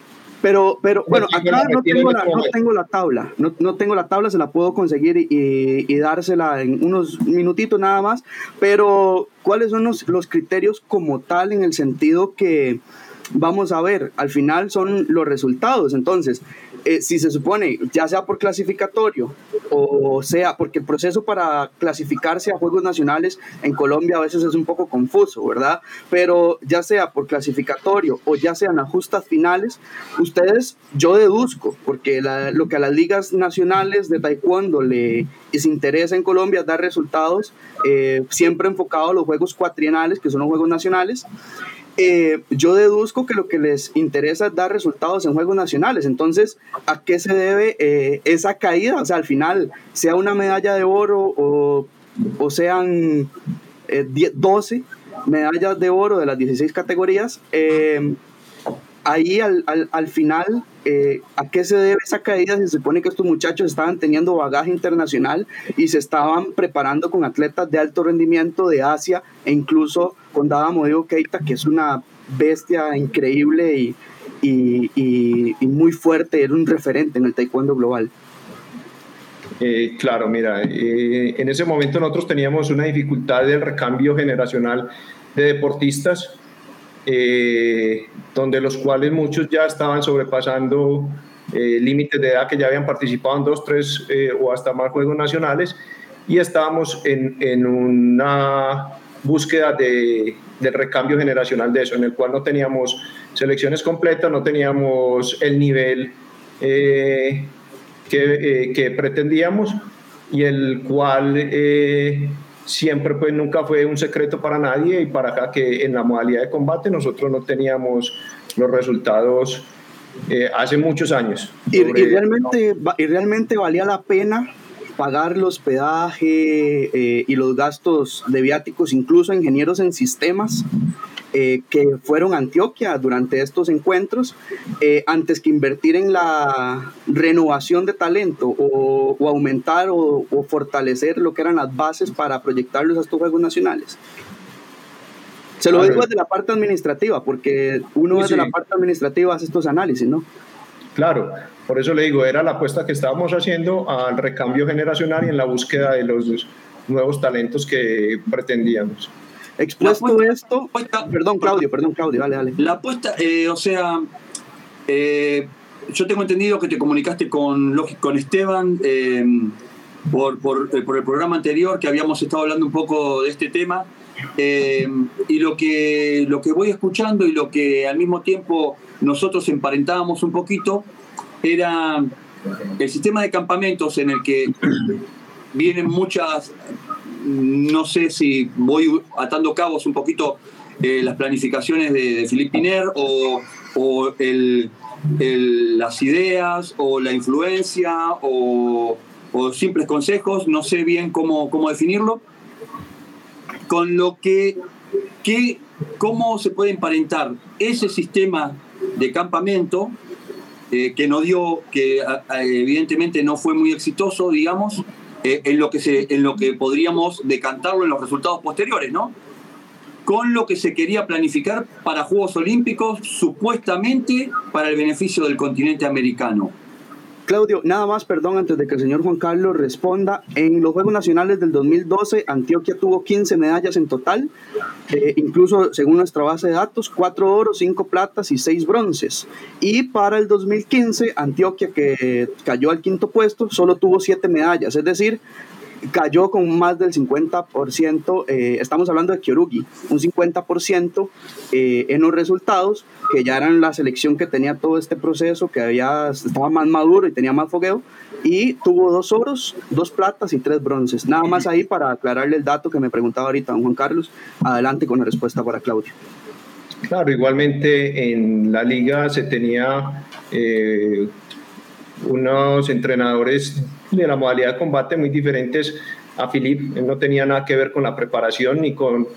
Pero bueno, acá no tengo la tabla, no tengo la tabla, se la puedo conseguir y dársela en unos minutitos nada más, pero ¿cuáles son los criterios como tal en el sentido que vamos a ver? Al final son los resultados, entonces, si se supone, ya sea por clasificatorio o sea, porque el proceso para clasificarse a Juegos Nacionales en Colombia a veces es un poco confuso, ¿verdad? Pero ya sea por clasificatorio o ya sean las justas finales, ustedes, yo deduzco, porque lo que a las ligas nacionales de taekwondo les interesa en Colombia es dar resultados, siempre enfocado a los Juegos Cuatrienales, que son los Juegos Nacionales. Yo deduzco que lo que les interesa es dar resultados en Juegos Nacionales. Entonces, ¿a qué se debe esa caída? O sea, al final, sea una medalla de oro o sean 12 medallas de oro de las 16 categorías, ahí al final, ¿a qué se debe esa caída? Se supone que estos muchachos estaban teniendo bagaje internacional y se estaban preparando con atletas de alto rendimiento de Asia e incluso con Dada Modibo Keita, que es una bestia increíble y muy fuerte, era un referente en el taekwondo global. Claro, mira, en ese momento nosotros teníamos una dificultad del recambio generacional de deportistas, donde los cuales muchos ya estaban sobrepasando límites de edad, que ya habían participado en 2, 3 o hasta más Juegos Nacionales, y estábamos en una búsqueda del recambio generacional de eso, en el cual no teníamos selecciones completas, no teníamos el nivel que pretendíamos, y el cual siempre pues nunca fue un secreto para nadie y para acá, que en la modalidad de combate nosotros no teníamos los resultados hace muchos años. Y realmente valía la pena pagar el hospedaje y los gastos de viáticos, incluso a ingenieros en sistemas que fueron a Antioquia durante estos encuentros, antes que invertir en la renovación de talento o aumentar o fortalecer lo que eran las bases para proyectarlos a estos Juegos Nacionales. Se lo digo desde la parte administrativa, porque uno desde la parte administrativa hace estos análisis, ¿no? Claro, por eso le digo, era la apuesta que estábamos haciendo al recambio generacional y en la búsqueda de los nuevos talentos que pretendíamos. Expuesto esto, perdón Claudio, dale. La apuesta, yo tengo entendido que te comunicaste con Esteban por el programa anterior, que habíamos estado hablando un poco de este tema, y lo que voy escuchando y lo que al mismo tiempo nosotros emparentábamos un poquito era el sistema de campamentos en el que vienen muchas, no sé si voy atando cabos un poquito, las planificaciones de Philippe Piner o las ideas o la influencia o simples consejos, no sé bien cómo definirlo, con lo que cómo se puede emparentar ese sistema de campamento que no dio, que evidentemente no fue muy exitoso, digamos, en lo que podríamos decantarlo en los resultados posteriores, ¿no? Con lo que se quería planificar para Juegos Olímpicos, supuestamente para el beneficio del continente americano. Claudio, nada más, perdón, antes de que el señor Juan Carlos responda. En los Juegos Nacionales del 2012, Antioquia tuvo 15 medallas en total, incluso según nuestra base de datos, 4 oros, 5 platas y 6 bronces. Y para el 2015, Antioquia, que cayó al 5º puesto, solo tuvo 7 medallas, es decir, cayó con más del 50%, estamos hablando de Kyorugi, un 50% en los resultados, que ya eran la selección que tenía todo este proceso, que estaba más maduro y tenía más fogueo, y tuvo 2 oros, 2 platas y 3 bronces. Nada más ahí para aclararle el dato que me preguntaba ahorita don Juan Carlos. Adelante con la respuesta para Claudio. Claro, igualmente en la liga se tenía unos entrenadores de la modalidad de combate muy diferentes a Philippe. Él no tenía nada que ver con la preparación ni con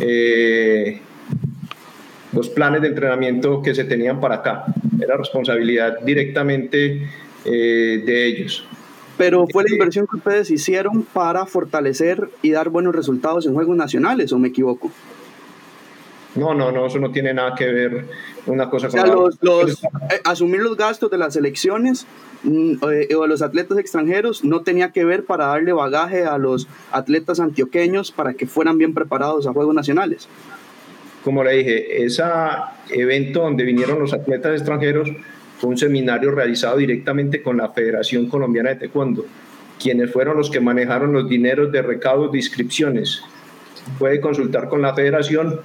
los planes de entrenamiento que se tenían para acá. Era responsabilidad directamente de ellos. Pero fue la inversión que ustedes hicieron para fortalecer y dar buenos resultados en Juegos Nacionales, ¿o me equivoco? No, eso no tiene nada que ver una cosa con la otra. Asumir los gastos de las selecciones o de los atletas extranjeros no tenía que ver para darle bagaje a los atletas antioqueños para que fueran bien preparados a Juegos Nacionales. Como le dije, ese evento donde vinieron los atletas extranjeros fue un seminario realizado directamente con la Federación Colombiana de Taekwondo, quienes fueron los que manejaron los dineros de recaudos de inscripciones. Puede consultar con la federación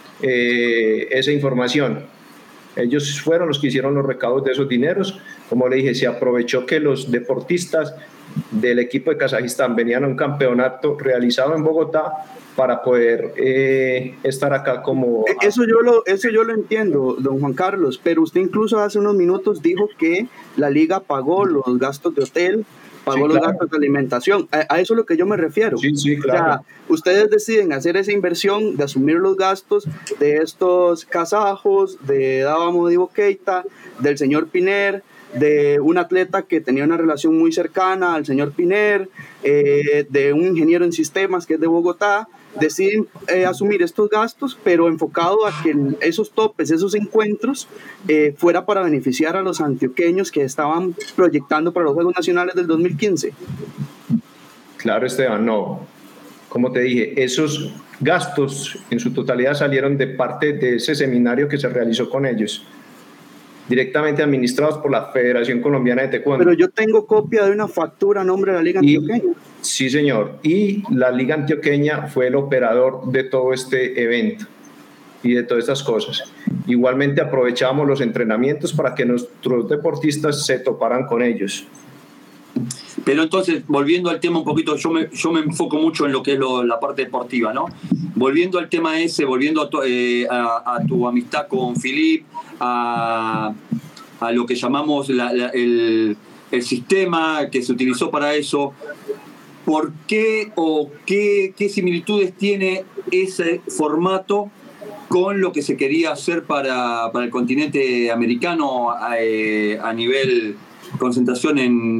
esa información. Ellos fueron los que hicieron los recaudos de esos dineros. Como le dije, se aprovechó que los deportistas del equipo de Kazajistán venían a un campeonato realizado en Bogotá para poder estar acá como... Eso yo lo entiendo, don Juan Carlos, pero usted incluso hace unos minutos dijo que la liga pagó los gastos de hotel, pagó los gastos de alimentación. A eso es lo que yo me refiero. Sí, claro. O sea, ustedes deciden hacer esa inversión de asumir los gastos de estos kazajos, de Dava Modibo Keita, del señor Piner, de un atleta que tenía una relación muy cercana al señor Piner, de un ingeniero en sistemas que es de Bogotá. Deciden asumir estos gastos, pero enfocado a que esos topes, esos encuentros, fuera para beneficiar a los antioqueños que estaban proyectando para los Juegos Nacionales del 2015. Claro, Esteban, no. Como te dije, esos gastos en su totalidad salieron de parte de ese seminario que se realizó con ellos, directamente administrados por la Federación Colombiana de Taekwondo. Pero yo tengo copia de una factura a nombre de la Liga Antioqueña. Sí, señor. Y la Liga Antioqueña fue el operador de todo este evento y de todas estas cosas. Igualmente aprovechamos los entrenamientos para que nuestros deportistas se toparan con ellos. Pero entonces, volviendo al tema un poquito, yo me enfoco mucho en lo que es la parte deportiva, ¿no? Volviendo al tema ese, volviendo a tu amistad con Philippe, a lo que llamamos el sistema que se utilizó para eso, ¿por qué o qué similitudes tiene ese formato con lo que se quería hacer para el continente americano a nivel concentración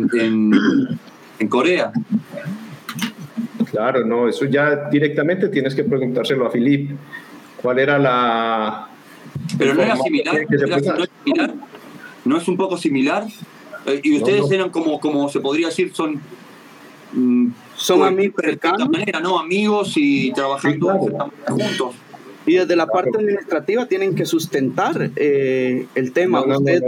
en Corea? Claro, no, eso ya directamente tienes que preguntárselo a Philippe. ¿Cuál era la...? Pero no era similar, ¿no es un poco similar? Y ustedes eran como se podría decir, son amigos cercanos. De esta manera, ¿no? Amigos y trabajando juntos. Y desde la parte administrativa tienen que sustentar el tema.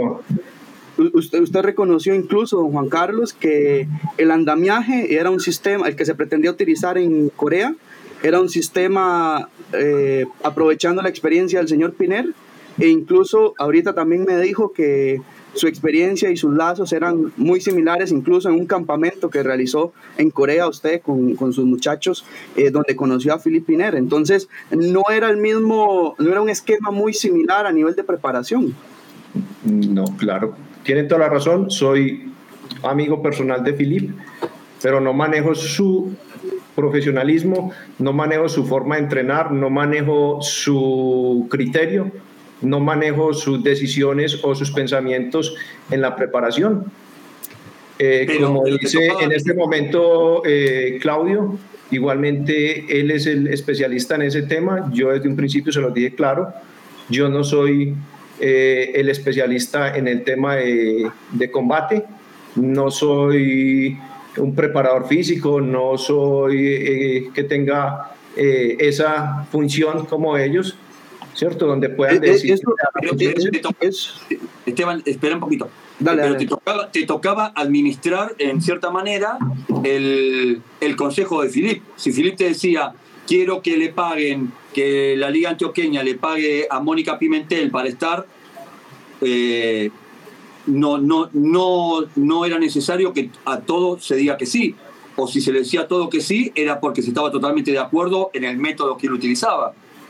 Usted reconoció incluso, don Juan Carlos, que el andamiaje era un sistema, el que se pretendía utilizar en Corea, era un sistema aprovechando la experiencia del señor Piner, e incluso ahorita también me dijo que su experiencia y sus lazos eran muy similares, incluso en un campamento que realizó en Corea usted con sus muchachos, donde conoció a Philippe Piner. Entonces no era un esquema muy similar a nivel de preparación. No, claro, tienen toda la razón. Soy amigo personal de Philippe, pero no manejo su profesionalismo, no manejo su forma de entrenar, no manejo su criterio, no manejo sus decisiones o sus pensamientos en la preparación. Como dice en este momento Claudio, igualmente él es el especialista en ese tema. Yo desde un principio se lo dije claro, yo no soy el especialista en el tema de combate, no soy un preparador físico, no soy que tenga esa función como ellos, ¿cierto? Donde puedan decir... Esteban, espera un poquito. Dale. Te tocaba administrar en cierta manera el consejo de Philippe. Si Philippe te decía, quiero que le paguen, que la Liga Antioqueña le pague a Mónica Pimentel para estar, no era necesario que a todo se diga que sí. O si se le decía a todo que sí, era porque se estaba totalmente de acuerdo en el método que él utilizaba.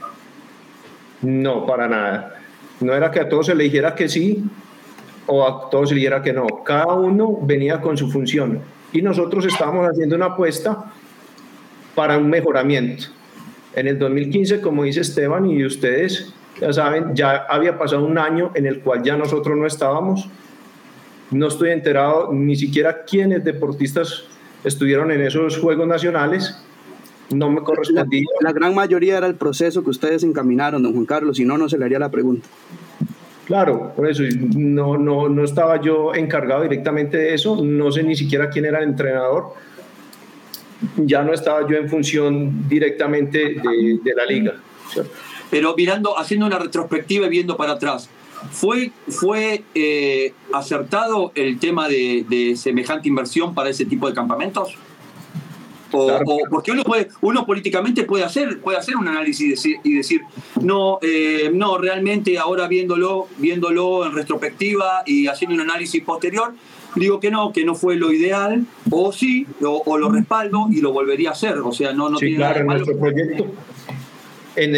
No, para nada. No era que a todos se le dijera que sí o a todos se le dijera que no. Cada uno venía con su función y nosotros estábamos haciendo una apuesta para un mejoramiento. En el 2015, como dice Esteban y ustedes ya saben, ya había pasado un año en el cual ya nosotros no estábamos. No estoy enterado ni siquiera quiénes deportistas estuvieron en esos Juegos Nacionales, no me correspondía. La gran mayoría era el proceso que ustedes encaminaron, don Juan Carlos, si no, no se le haría la pregunta. Claro, por eso no estaba yo encargado directamente de eso, no sé ni siquiera quién era el entrenador, ya no estaba yo en función directamente de la liga. ¿Cierto? Pero haciendo una retrospectiva y viendo para atrás, ¿fue acertado el tema de semejante inversión para ese tipo de campamentos? Claro. Porque uno políticamente puede hacer un análisis y decir no, realmente ahora viéndolo en retrospectiva y haciendo un análisis posterior, digo que no fue lo ideal, o sí, o lo respaldo y lo volvería a hacer. O sea, no sí, tiene claro, nada de malo. nuestro proyecto, en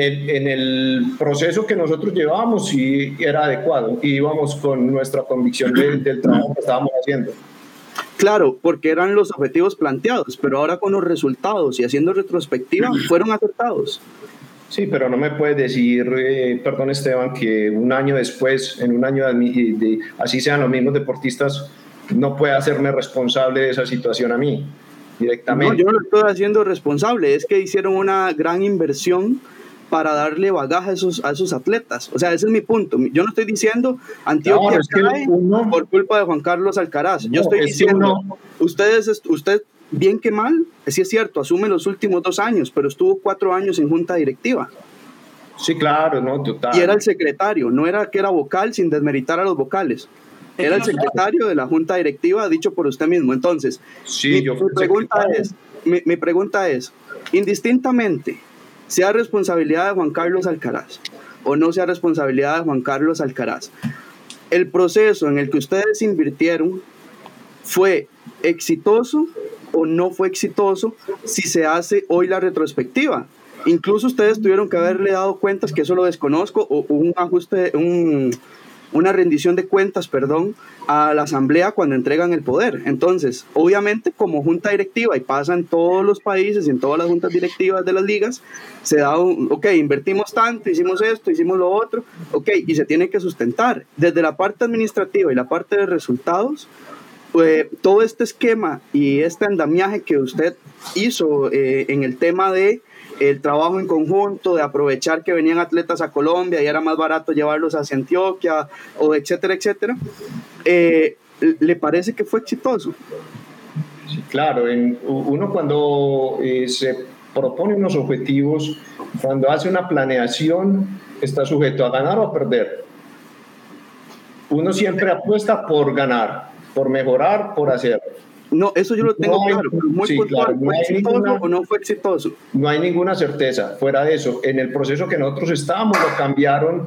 el proceso que nosotros llevábamos, sí era adecuado, y íbamos con nuestra convicción del trabajo que estábamos haciendo. Claro, porque eran los objetivos planteados, pero ahora con los resultados y haciendo retrospectiva fueron acertados. Sí, pero no me puedes decir, perdón Esteban, que un año después, en un año así sean los mismos deportistas, no puede hacerme responsable de esa situación a mí directamente. No, yo no lo estoy haciendo responsable, es que hicieron una gran inversión para darle bagaje a esos atletas. O sea, ese es mi punto. Yo no estoy diciendo Antioquia cae por culpa de Juan Carlos Alcaraz. Yo estoy diciendo, usted bien que mal, sí es cierto, asume los últimos 2 años, pero estuvo 4 años en junta directiva. Sí, claro, no, total. Y era el secretario, no era que era vocal sin desmeritar a los vocales. Era el secretario de la junta directiva, dicho por usted mismo. Entonces, sí, mi pregunta es, indistintamente, sea responsabilidad de Juan Carlos Alcaraz o no sea responsabilidad de Juan Carlos Alcaraz, el proceso en el que ustedes invirtieron fue exitoso o no fue exitoso si se hace hoy la retrospectiva. Incluso ustedes tuvieron que haberle dado cuentas, que eso lo desconozco, o un ajuste, una rendición de cuentas, a la asamblea cuando entregan el poder. Entonces, obviamente, como junta directiva, y pasa en todos los países y en todas las juntas directivas de las ligas, se da invertimos tanto, hicimos esto, hicimos lo otro, y se tiene que sustentar. Desde la parte administrativa y la parte de resultados, todo este esquema y este andamiaje que usted hizo en el tema de el trabajo en conjunto, de aprovechar que venían atletas a Colombia y era más barato llevarlos hacia Antioquia, o etcétera, etcétera, ¿le parece que fue exitoso? Sí, claro, uno cuando se propone unos objetivos, cuando hace una planeación, está sujeto a ganar o a perder. Uno siempre apuesta por ganar, por mejorar, por hacer. No, eso yo lo tengo claro, muy puntual. Claro, ¿fue exitoso o no fue exitoso? No hay ninguna certeza. Fuera de eso, en el proceso que nosotros estábamos, lo cambiaron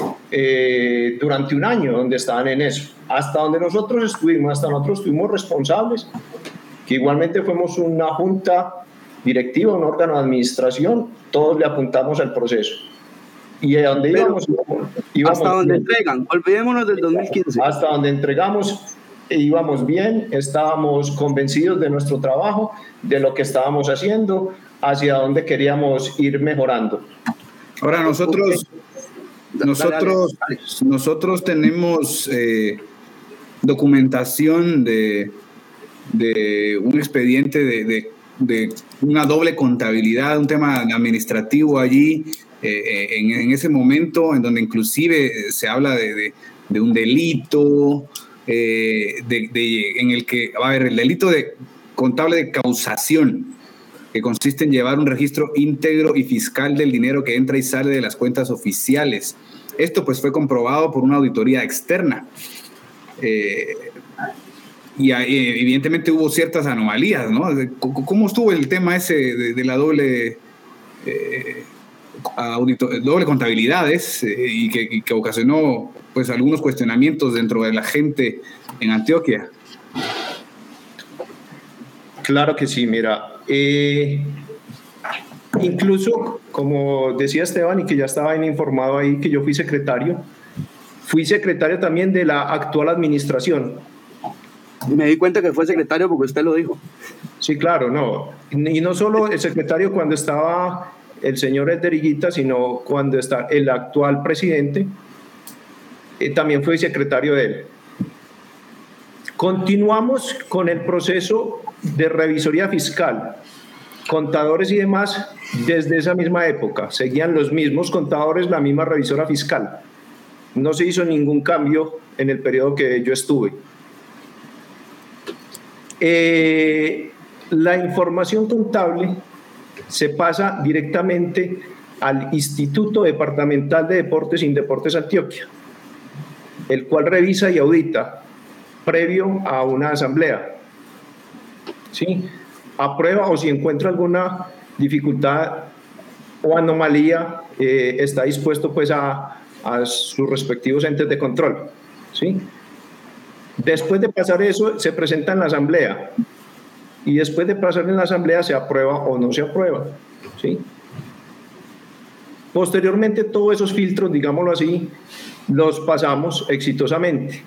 durante un año, donde estaban en eso. Hasta donde nosotros estuvimos responsables, que igualmente fuimos una junta directiva, un órgano de administración, todos le apuntamos al proceso. Y a donde íbamos hasta donde entregan, olvidémonos del 2015. Hasta donde entregamos, íbamos bien, estábamos convencidos de nuestro trabajo, de lo que estábamos haciendo, hacia dónde queríamos ir mejorando. Ahora nosotros tenemos documentación de un expediente de una doble contabilidad, un tema administrativo allí, en ese momento, en donde inclusive se habla de un delito, en el que va a haber el delito contable de causación, que consiste en llevar un registro íntegro y fiscal del dinero que entra y sale de las cuentas oficiales. Esto pues fue comprobado por una auditoría externa. Y evidentemente hubo ciertas anomalías, ¿no? ¿Cómo estuvo el tema ese de la doble contabilidades y que ocasionó pues algunos cuestionamientos dentro de la gente en Antioquia? Claro que sí, mira, incluso como decía Esteban y que ya estaba bien informado ahí, que yo fui secretario también de la actual administración. Me di cuenta que fue secretario porque usted lo dijo. Sí, claro, no, y no solo el secretario cuando estaba el señor Eder Higuita, sino cuando está el actual presidente, también fui secretario de él. Continuamos con el proceso de revisoría fiscal, contadores y demás desde esa misma época. Seguían los mismos contadores, la misma revisora fiscal. No se hizo ningún cambio en el periodo que yo estuve. La información contable se pasa directamente al Instituto Departamental de Deportes Indeportes Antioquia, el cual revisa y audita previo a una asamblea. ¿Sí? Aprueba, o si encuentra alguna dificultad o anomalía, está dispuesto pues a sus respectivos entes de control. ¿Sí? Después de pasar eso, se presenta en la asamblea, y después de pasar en la asamblea se aprueba o no se aprueba. ¿Sí? Posteriormente, todos esos filtros, digámoslo así, los pasamos exitosamente.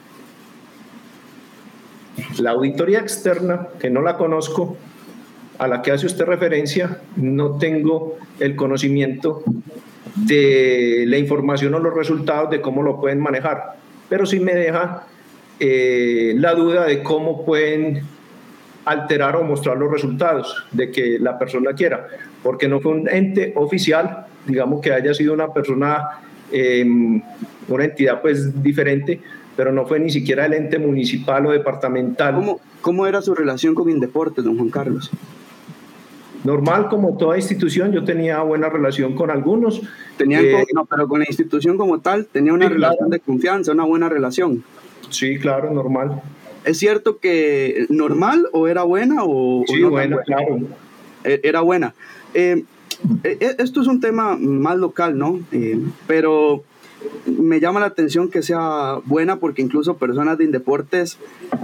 La auditoría externa, que no la conozco, a la que hace usted referencia, no tengo el conocimiento de la información o los resultados de cómo lo pueden manejar, pero sí me deja la duda de cómo pueden alterar o mostrar los resultados de que la persona quiera, porque no fue un ente oficial, digamos que haya sido una persona, una entidad pues diferente, pero no fue ni siquiera el ente municipal o departamental. ¿Cómo era su relación con Indeportes, don Juan Carlos? Normal, como toda institución, yo tenía buena relación con algunos. No, pero con la institución como tal, tenía una relación de confianza, una buena relación. Sí, claro, normal. ¿Es cierto que normal o era buena o sí, no buena, claro. Era buena. Esto es un tema más local, ¿no? Pero me llama la atención que sea buena, porque incluso personas de Indeportes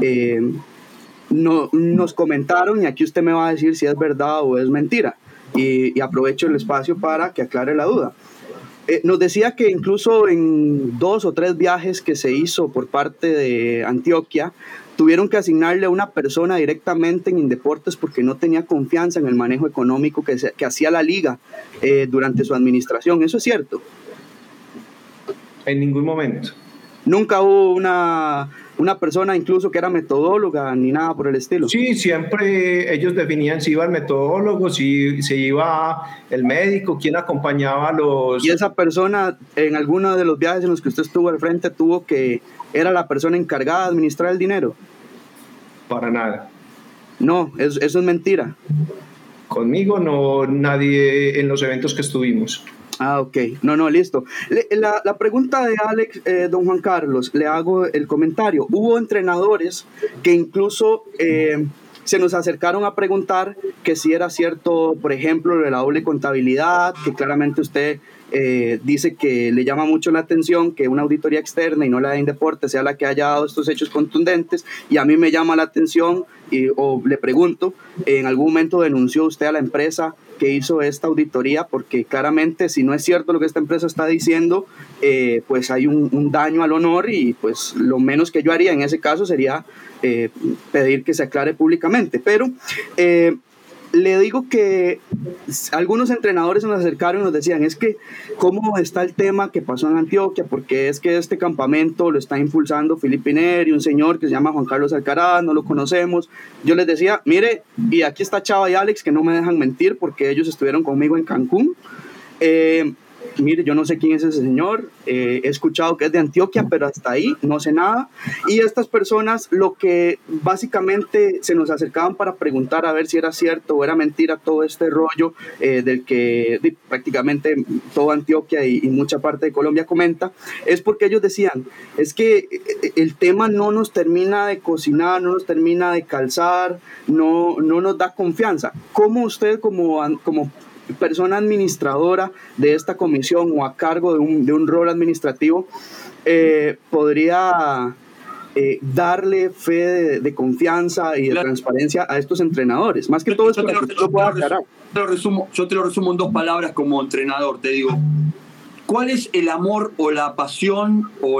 nos comentaron, y aquí usted me va a decir si es verdad o es mentira, y aprovecho el espacio para que aclare la duda. Nos decía que incluso en 2 o 3 viajes que se hizo por parte de Antioquia, tuvieron que asignarle a una persona directamente en Indeportes porque no tenía confianza en el manejo económico que hacía la liga durante su administración. ¿Eso es cierto? En ningún momento. Nunca hubo una persona incluso que era metodóloga ni nada por el estilo. Sí, siempre ellos definían si iba el metodólogo, si se iba el médico, quién acompañaba a los... Y esa persona en alguno de los viajes en los que usted estuvo al frente era la persona encargada de administrar el dinero. Para nada. No, eso es mentira. Conmigo no, nadie en los eventos que estuvimos. Ah, ok. No, listo. La pregunta de Alex, don Juan Carlos, le hago el comentario. Hubo entrenadores que incluso se nos acercaron a preguntar que si era cierto, por ejemplo, de la doble contabilidad, que claramente usted dice que le llama mucho la atención que una auditoría externa y no la de Indeportes sea la que haya dado estos hechos contundentes, y a mí me llama la atención o le pregunto, ¿en algún momento denunció usted a la empresa que hizo esta auditoría? Porque claramente, si no es cierto lo que esta empresa está diciendo, pues hay un daño al honor, y pues lo menos que yo haría en ese caso sería pedir que se aclare públicamente. Pero le digo que algunos entrenadores se nos acercaron y nos decían, es que cómo está el tema que pasó en Antioquia, porque es que este campamento lo está impulsando Filipe Iner y un señor que se llama Juan Carlos Alcaraz, no lo conocemos. Yo les decía, mire, y aquí está Chava y Alex, que no me dejan mentir porque ellos estuvieron conmigo en Cancún. Mire, yo no sé quién es ese señor, he escuchado que es de Antioquia, pero hasta ahí no sé nada. Y estas personas lo que básicamente se nos acercaban para preguntar a ver si era cierto o era mentira todo este rollo del que prácticamente toda Antioquia y mucha parte de Colombia comenta, es porque ellos decían, es que el tema no nos termina de cocinar, no nos termina de calzar, no nos da confianza. ¿Cómo usted como persona administradora de esta comisión o a cargo de un rol administrativo podría darle fe de confianza y de transparencia a estos entrenadores? Más que todo esto lo puedo aclarar. Yo te lo resumo en 2 palabras como entrenador. Te digo, ¿cuál es el amor o la pasión o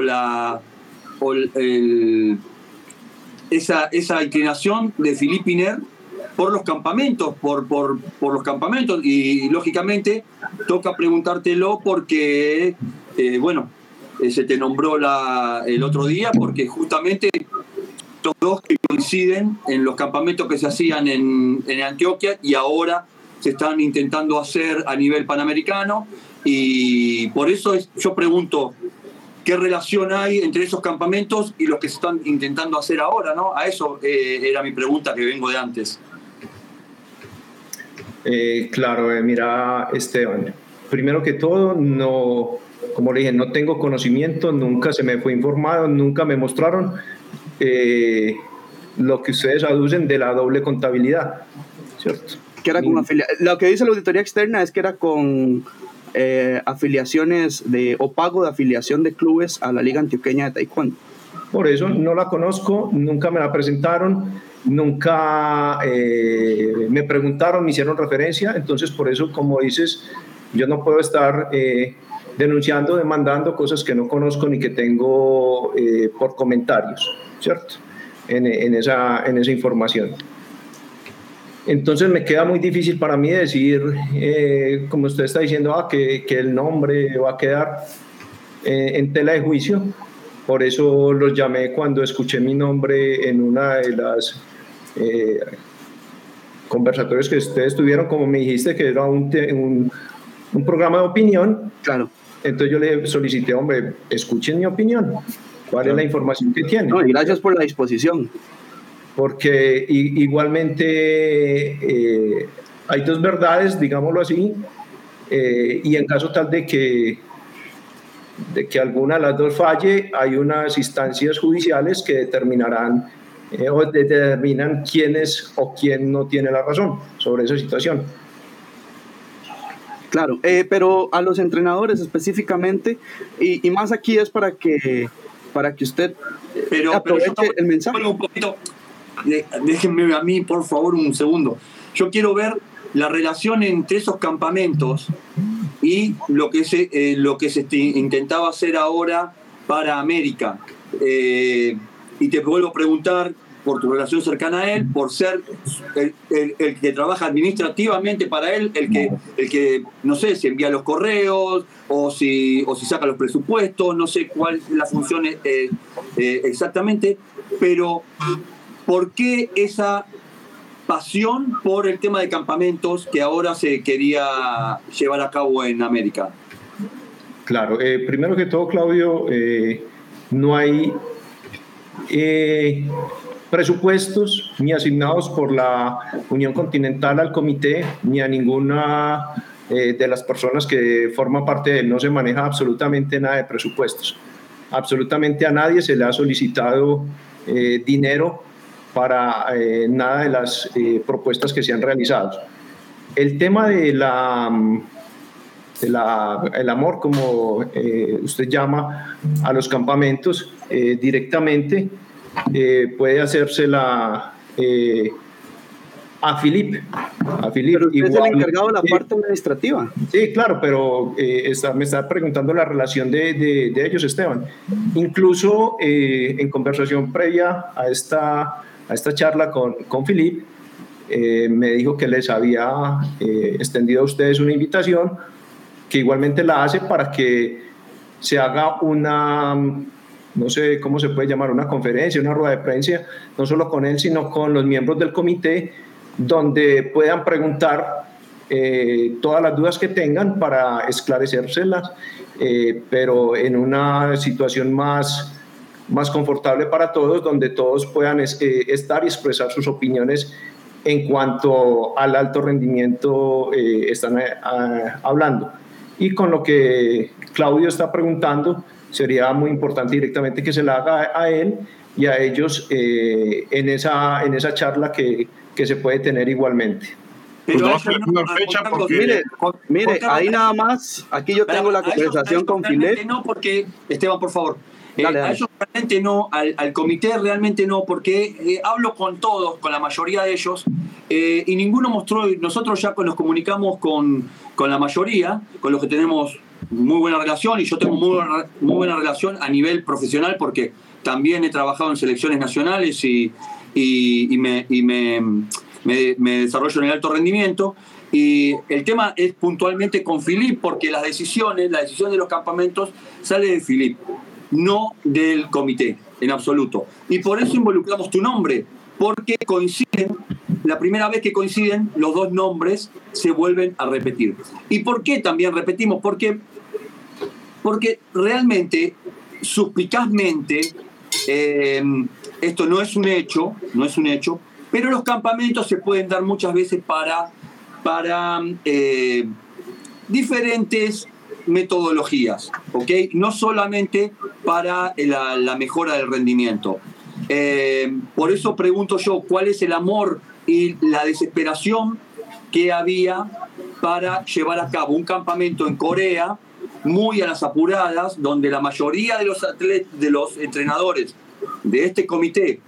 esa inclinación de Filipe Iner por los campamentos, por los campamentos? Y lógicamente toca preguntártelo porque, se te nombró el otro día, porque justamente los 2 que coinciden en los campamentos que se hacían en Antioquia, y ahora se están intentando hacer a nivel panamericano, y por eso yo pregunto, ¿qué relación hay entre esos campamentos y los que se están intentando hacer ahora, ¿no? A eso era mi pregunta, que vengo de antes. Claro, mira, Esteban, primero que todo, no, como le dije, no tengo conocimiento, nunca se me fue informado, nunca me mostraron lo que ustedes aducen de la doble contabilidad, ¿cierto? Que era con lo que dice la auditoría externa es que era con afiliaciones o pago de afiliación de clubes a la Liga Antioqueña de Taekwondo. Por eso no la conozco, nunca me la presentaron, nunca me preguntaron, me hicieron referencia, entonces por eso, como dices, yo no puedo estar denunciando, demandando cosas que no conozco ni que tengo por comentarios, ¿cierto? En esa información. Entonces me queda muy difícil para mí decir, como usted está diciendo, que el nombre va a quedar en tela de juicio. Por eso los llamé cuando escuché mi nombre en una de las conversatorios que ustedes tuvieron, como me dijiste, que era un programa de opinión. Claro. Entonces yo le solicité, hombre, escuchen mi opinión. ¿Cuál es la información que tienen? No, y gracias por la disposición. Porque igualmente hay dos verdades, digámoslo así, y en caso tal de que alguna de las dos falle, hay unas instancias judiciales que determinarán o determinan quién es o quién no tiene la razón sobre esa situación. Claro, pero a los entrenadores específicamente, y más aquí es para que usted aproveche el mensaje. Un poquito, déjenme a mí, por favor, un segundo. Yo quiero ver la relación entre esos campamentos y lo que se intentaba hacer ahora para América. Y te vuelvo a preguntar por tu relación cercana a él, por ser el que trabaja administrativamente para él, el que no sé si envía los correos o si saca los presupuestos, no sé cuál es la función exactamente, pero ¿por qué esa pasión por el tema de campamentos que ahora se quería llevar a cabo en América? Claro, primero que todo, Claudio, no hay presupuestos ni asignados por la Unión Continental al comité, ni a ninguna de las personas que forman parte de él. No se maneja absolutamente nada de presupuestos. Absolutamente a nadie se le ha solicitado dinero para nada de las propuestas que se han realizado. El tema de el amor, como usted llama, a los campamentos, directamente puede hacérsela a Philippe. Pero usted es el encargado de la parte administrativa. Sí, claro, pero me está preguntando la relación de ellos, Esteban. Incluso en conversación previa a esta charla con Philippe, me dijo que les había extendido a ustedes una invitación, que igualmente la hace para que se haga una, no sé cómo se puede llamar, una conferencia, una rueda de prensa, no solo con él, sino con los miembros del comité, donde puedan preguntar todas las dudas que tengan para esclarecérselas, pero en una situación más confortable para todos, donde todos puedan estar y expresar sus opiniones en cuanto al alto rendimiento están hablando. Y con lo que Claudio está preguntando, sería muy importante directamente que se la haga a él y a ellos en esa charla que se puede tener igualmente. Pues vamos a poner una fecha porque... Mire, ahí nada más, aquí yo tengo la conversación con Philippe. No, porque, Esteban, por favor, dale. A ellos realmente no, al comité realmente no, porque hablo con todos, con la mayoría de ellos, y ninguno mostró, nosotros ya nos comunicamos con la mayoría, con los que tenemos muy buena relación, y yo tengo muy buena relación a nivel profesional, porque también he trabajado en selecciones nacionales y me desarrollo en el alto rendimiento. Y el tema es puntualmente con Philippe, porque la decisión de los campamentos sale de Philippe, no del comité en absoluto. Y por eso involucramos tu nombre, porque coinciden la primera vez que coinciden, los dos nombres se vuelven a repetir. ¿Y por qué también repetimos? Porque realmente, suspicazmente, esto no es un hecho, pero los campamentos se pueden dar muchas veces para diferentes metodologías, ¿ok? No solamente para la mejora del rendimiento. Por eso pregunto yo, ¿cuál es el amor y la desesperación que había para llevar a cabo un campamento en Corea muy a las apuradas, donde la mayoría de los entrenadores de este comité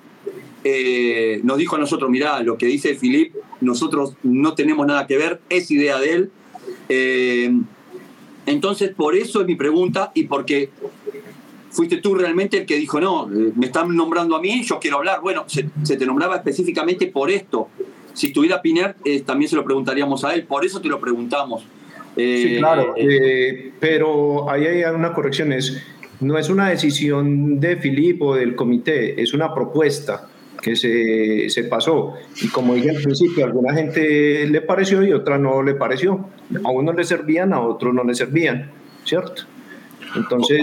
nos dijo a nosotros, mirá, lo que dice Philippe, nosotros no tenemos nada que ver, es idea de él. Entonces, por eso es mi pregunta, y porque fuiste tú realmente el que dijo, no, me están nombrando a mí, yo quiero hablar. Bueno, se te nombraba específicamente por esto. Si estuviera Piner, también se lo preguntaríamos a él, por eso te lo preguntamos. Sí, claro, pero ahí hay una corrección, no es una decisión de Philippe o del comité, es una propuesta que se pasó, y como dije al principio, a alguna gente le pareció y a otra no le pareció, a unos le servían, a otros no le servían, ¿cierto? Entonces...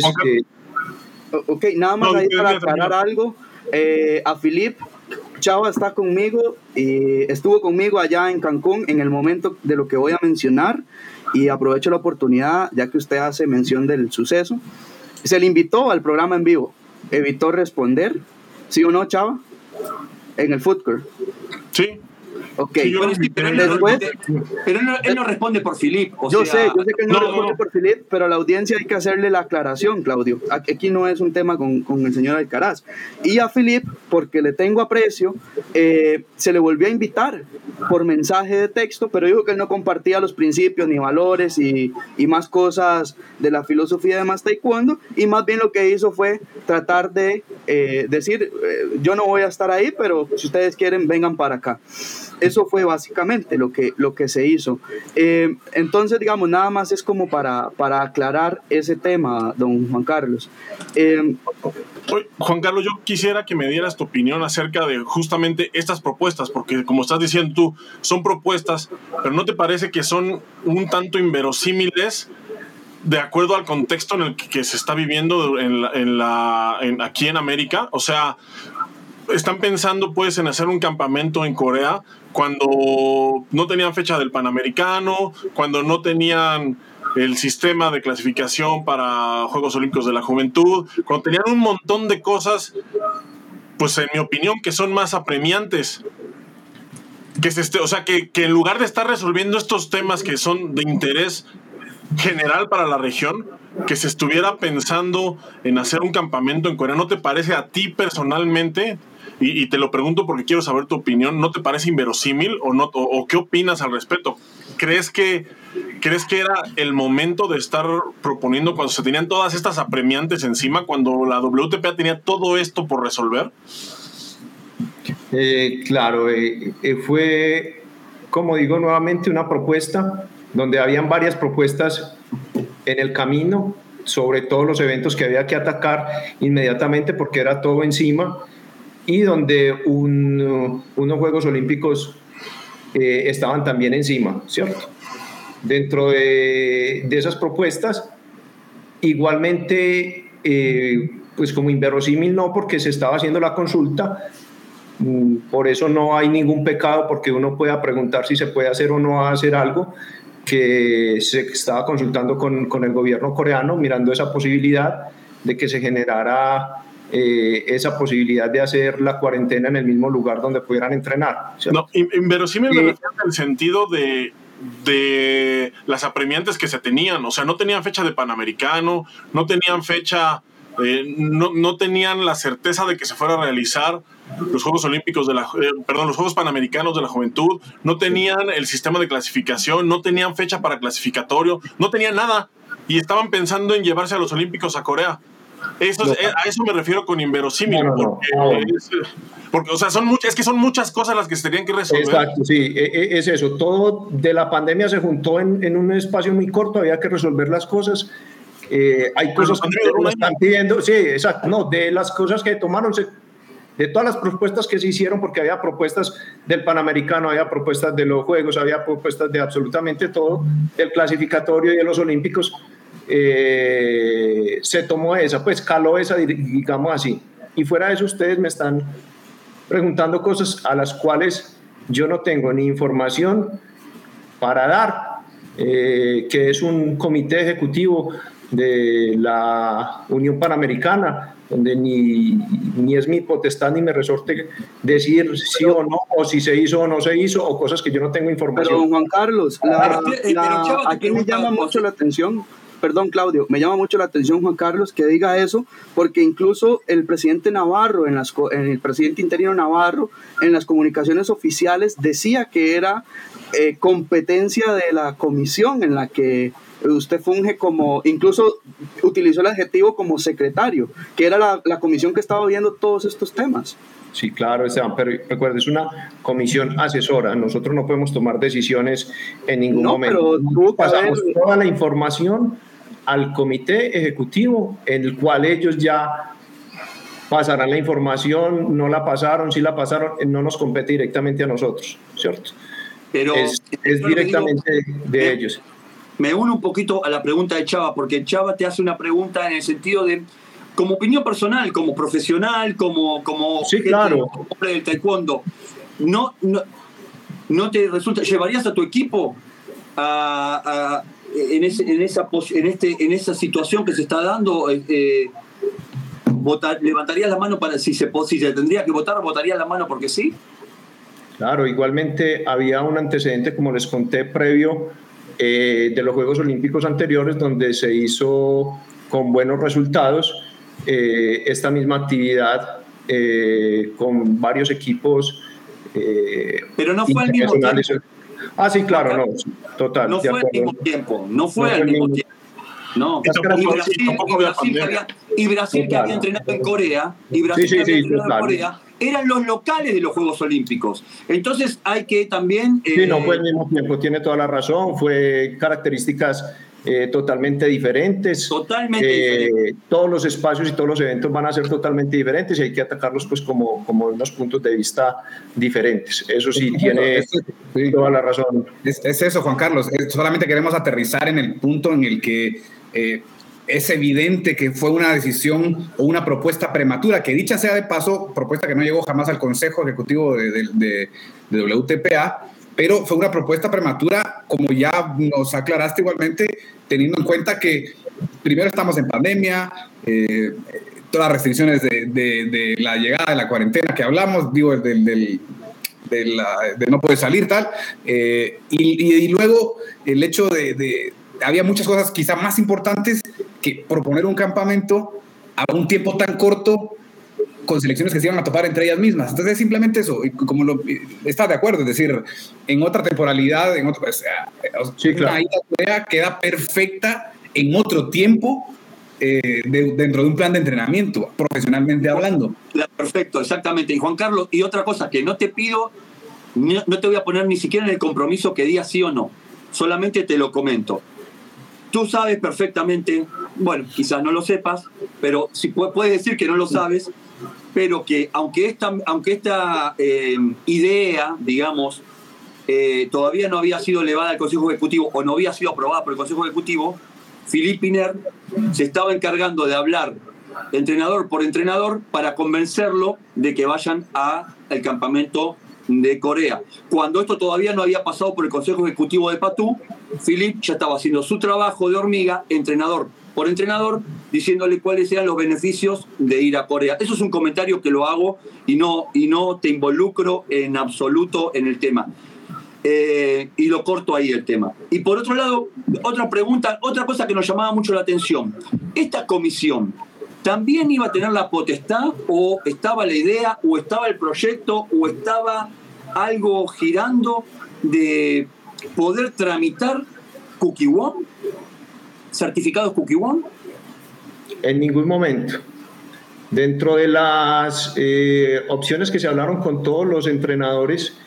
Ok, nada más ahí para aclarar algo, a Philippe, Chava está conmigo y estuvo conmigo allá en Cancún en el momento de lo que voy a mencionar, y aprovecho la oportunidad, ya que usted hace mención del suceso. Se le invitó al programa en vivo, evitó responder, ¿sí o no, Chava? En el Food Court. Sí. Ok. Sí, pero él no responde por Philippe. Yo sé que él no responde por Philippe, pero a la audiencia hay que hacerle la aclaración, Claudio. Aquí no es un tema con el señor Alcaraz. Y a Philippe, porque le tengo aprecio, se le volvió a invitar por mensaje de texto, pero dijo que él no compartía los principios ni valores y más cosas de la filosofía de más taekwondo, y más bien lo que hizo fue tratar de decir, yo no voy a estar ahí, pero si ustedes quieren, vengan para acá. Eso fue básicamente lo que se hizo. Entonces, digamos, nada más es como para aclarar ese tema, don Juan Carlos. Juan Carlos, yo quisiera que me dieras tu opinión acerca de justamente estas propuestas, porque como estás diciendo tú, son propuestas, pero ¿no te parece que son un tanto inverosímiles de acuerdo al contexto en el que se está viviendo aquí en América? O sea, están pensando pues en hacer un campamento en Corea cuando no tenían fecha del Panamericano, cuando no tenían el sistema de clasificación para Juegos Olímpicos de la Juventud, cuando tenían un montón de cosas, pues en mi opinión, que son más apremiantes. O sea, que en lugar de estar resolviendo estos temas que son de interés general para la región, que se estuviera pensando en hacer un campamento en Corea. ¿No te parece a ti personalmente? Y te lo pregunto porque quiero saber tu opinión. ¿No te parece inverosímil o qué opinas al respecto? ¿Crees que era el momento de estar proponiendo cuando se tenían todas estas apremiantes encima, cuando la WTPA tenía todo esto por resolver? Claro, fue, como digo nuevamente, una propuesta donde habían varias propuestas en el camino sobre todos los eventos que había que atacar inmediatamente porque era todo encima, y donde unos Juegos Olímpicos estaban también encima, ¿cierto? Dentro de esas propuestas, igualmente, pues como inverosímil no, porque se estaba haciendo la consulta, por eso no hay ningún pecado, porque uno pueda preguntar si se puede hacer o no hacer algo, que se estaba consultando con el gobierno coreano, mirando esa posibilidad de que se generara esa posibilidad de hacer la cuarentena en el mismo lugar donde pudieran entrenar, ¿cierto? No, inverosímil me refiero en el sentido de las apremiantes que se tenían. O sea, no tenían fecha de Panamericano, no tenían fecha, no tenían la certeza de que se fuera a realizar los Juegos Olímpicos los Juegos Panamericanos de la Juventud, no tenían el sistema de clasificación, no tenían fecha para clasificatorio, no tenían nada, y estaban pensando en llevarse a los Olímpicos a Corea. A eso me refiero con inverosímil, porque o sea, son muchas cosas las que se tenían que resolver. Exacto, sí, es eso, todo de la pandemia se juntó en un espacio muy corto, había que resolver las cosas. Hay cosas que nos están pidiendo, sí, exacto, no, de las cosas que tomaron de todas las propuestas que se hicieron, porque había propuestas del Panamericano, había propuestas de los Juegos, había propuestas de absolutamente todo, del clasificatorio y de los Olímpicos, se tomó esa, pues caló esa, digamos así. Y fuera de eso, ustedes me están preguntando cosas a las cuales yo no tengo ni información para dar, que es un comité ejecutivo de la Unión Panamericana, donde ni es mi potestad ni me resorte decir sí o no, o si se hizo o no se hizo, o cosas que yo no tengo información. Pero Juan Carlos, aquí me llama mucho la atención, perdón Claudio, me llama mucho la atención Juan Carlos que diga eso, porque incluso el presidente Navarro, el presidente interino Navarro, en las comunicaciones oficiales decía que era competencia de la comisión en la que usted funge como, incluso utilizó el adjetivo como secretario, que era la comisión que estaba viendo todos estos temas. Sí, claro, Esteban, pero recuerde, es una comisión asesora. Nosotros no podemos tomar decisiones en ningún momento. Pero pasamos toda la información al comité ejecutivo, en el cual ellos ya pasarán la información, no la pasaron, si la pasaron, no nos compete directamente a nosotros, ¿cierto? Pero es directamente de ellos. Me uno un poquito a la pregunta de Chava, porque Chava te hace una pregunta en el sentido de, como opinión personal, como profesional, como sí, claro, como hombre del taekwondo, ¿no te resulta, llevarías a tu equipo en esa situación que se está dando? ¿Levantarías la mano para si se tendría que votar, votarías la mano porque sí? Claro, igualmente había un antecedente, como les conté, previo de los Juegos Olímpicos anteriores, donde se hizo con buenos resultados esta misma actividad con varios equipos. Pero no fue al mismo tiempo. Ah, sí, claro, no, total. No fue al mismo tiempo, no fue al mismo tiempo. No, y Brasil que había entrenado en Corea, eran los locales de los Juegos Olímpicos. Entonces hay que también... sí, no fue al mismo tiempo, tiene toda la razón, fue características totalmente diferentes. Totalmente diferentes. Todos los espacios y todos los eventos van a ser totalmente diferentes y hay que atacarlos pues como unos puntos de vista diferentes. Eso sí, tiene toda la razón. Es eso, Juan Carlos. Solamente queremos aterrizar en el punto en el que es evidente que fue una decisión o una propuesta prematura, que dicha sea de paso, propuesta que no llegó jamás al Consejo Ejecutivo de WTPA, pero fue una propuesta prematura, como ya nos aclaraste igualmente, teniendo en cuenta que primero estamos en pandemia, todas las restricciones de la llegada de la cuarentena que hablamos, digo, de no poder salir, tal, y luego el hecho había muchas cosas quizá más importantes que proponer un campamento a un tiempo tan corto con selecciones que se iban a topar entre ellas mismas. Entonces es simplemente eso, y como está de acuerdo, es decir, en otra temporalidad, sí, claro, una ida a Corea queda perfecta en otro tiempo dentro de un plan de entrenamiento, profesionalmente hablando. Perfecto, exactamente. Y Juan Carlos, y otra cosa que no te pido, no te voy a poner ni siquiera en el compromiso que digas sí o no, solamente te lo comento. Tú sabes perfectamente, bueno, quizás no lo sepas, pero si puedes decir que no lo sabes, pero que aunque esta idea, digamos, todavía no había sido elevada al Consejo Ejecutivo o no había sido aprobada por el Consejo Ejecutivo, Philippe Piner se estaba encargando de hablar entrenador por entrenador para convencerlo de que vayan al campamento de Corea. Cuando esto todavía no había pasado por el Consejo Ejecutivo de Patú, Philippe ya estaba haciendo su trabajo de hormiga, entrenador por entrenador, diciéndole cuáles eran los beneficios de ir a Corea. Eso es un comentario que lo hago y no te involucro en absoluto en el tema. Y lo corto ahí el tema. Y por otro lado, otra pregunta, otra cosa que nos llamaba mucho la atención. ¿Esta comisión también iba a tener la potestad, o estaba la idea, o estaba el proyecto, o estaba algo girando de poder tramitar Cookie One, certificados Cookie One? En ningún momento. Dentro de las opciones que se hablaron con todos los entrenadores,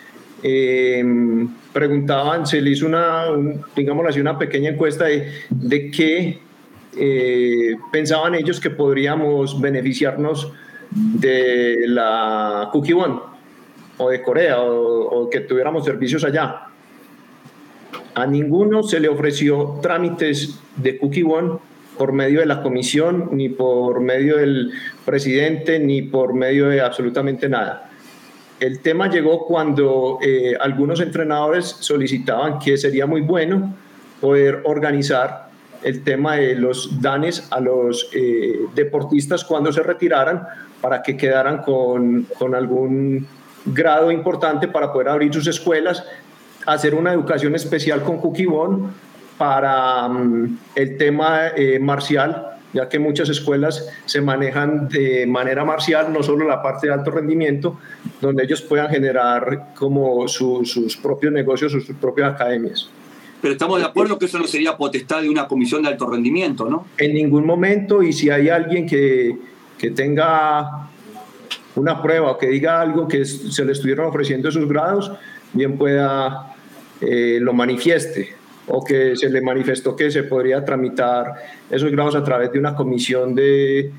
preguntaban, se le hizo una pequeña encuesta de qué pensaban ellos que podríamos beneficiarnos de la Kukkiwon o de Corea o que tuviéramos servicios allá. A ninguno se le ofreció trámites de Kukkiwon por medio de la comisión, ni por medio del presidente, ni por medio de absolutamente nada. El tema llegó cuando algunos entrenadores solicitaban que sería muy bueno poder organizar el tema de los danes a los deportistas cuando se retiraran, para que quedaran con algún grado importante para poder abrir sus escuelas, hacer una educación especial con Kukkiwon para el tema marcial, ya que muchas escuelas se manejan de manera marcial, no solo la parte de alto rendimiento, donde ellos puedan generar como sus propios negocios o sus propias academias. Pero estamos de acuerdo que eso no sería potestad de una comisión de alto rendimiento, ¿no? En ningún momento, y si hay alguien que tenga una prueba o que diga algo que se le estuvieron ofreciendo esos grados, bien pueda lo manifieste, o que se le manifestó que se podría tramitar esos grados a través de una comisión de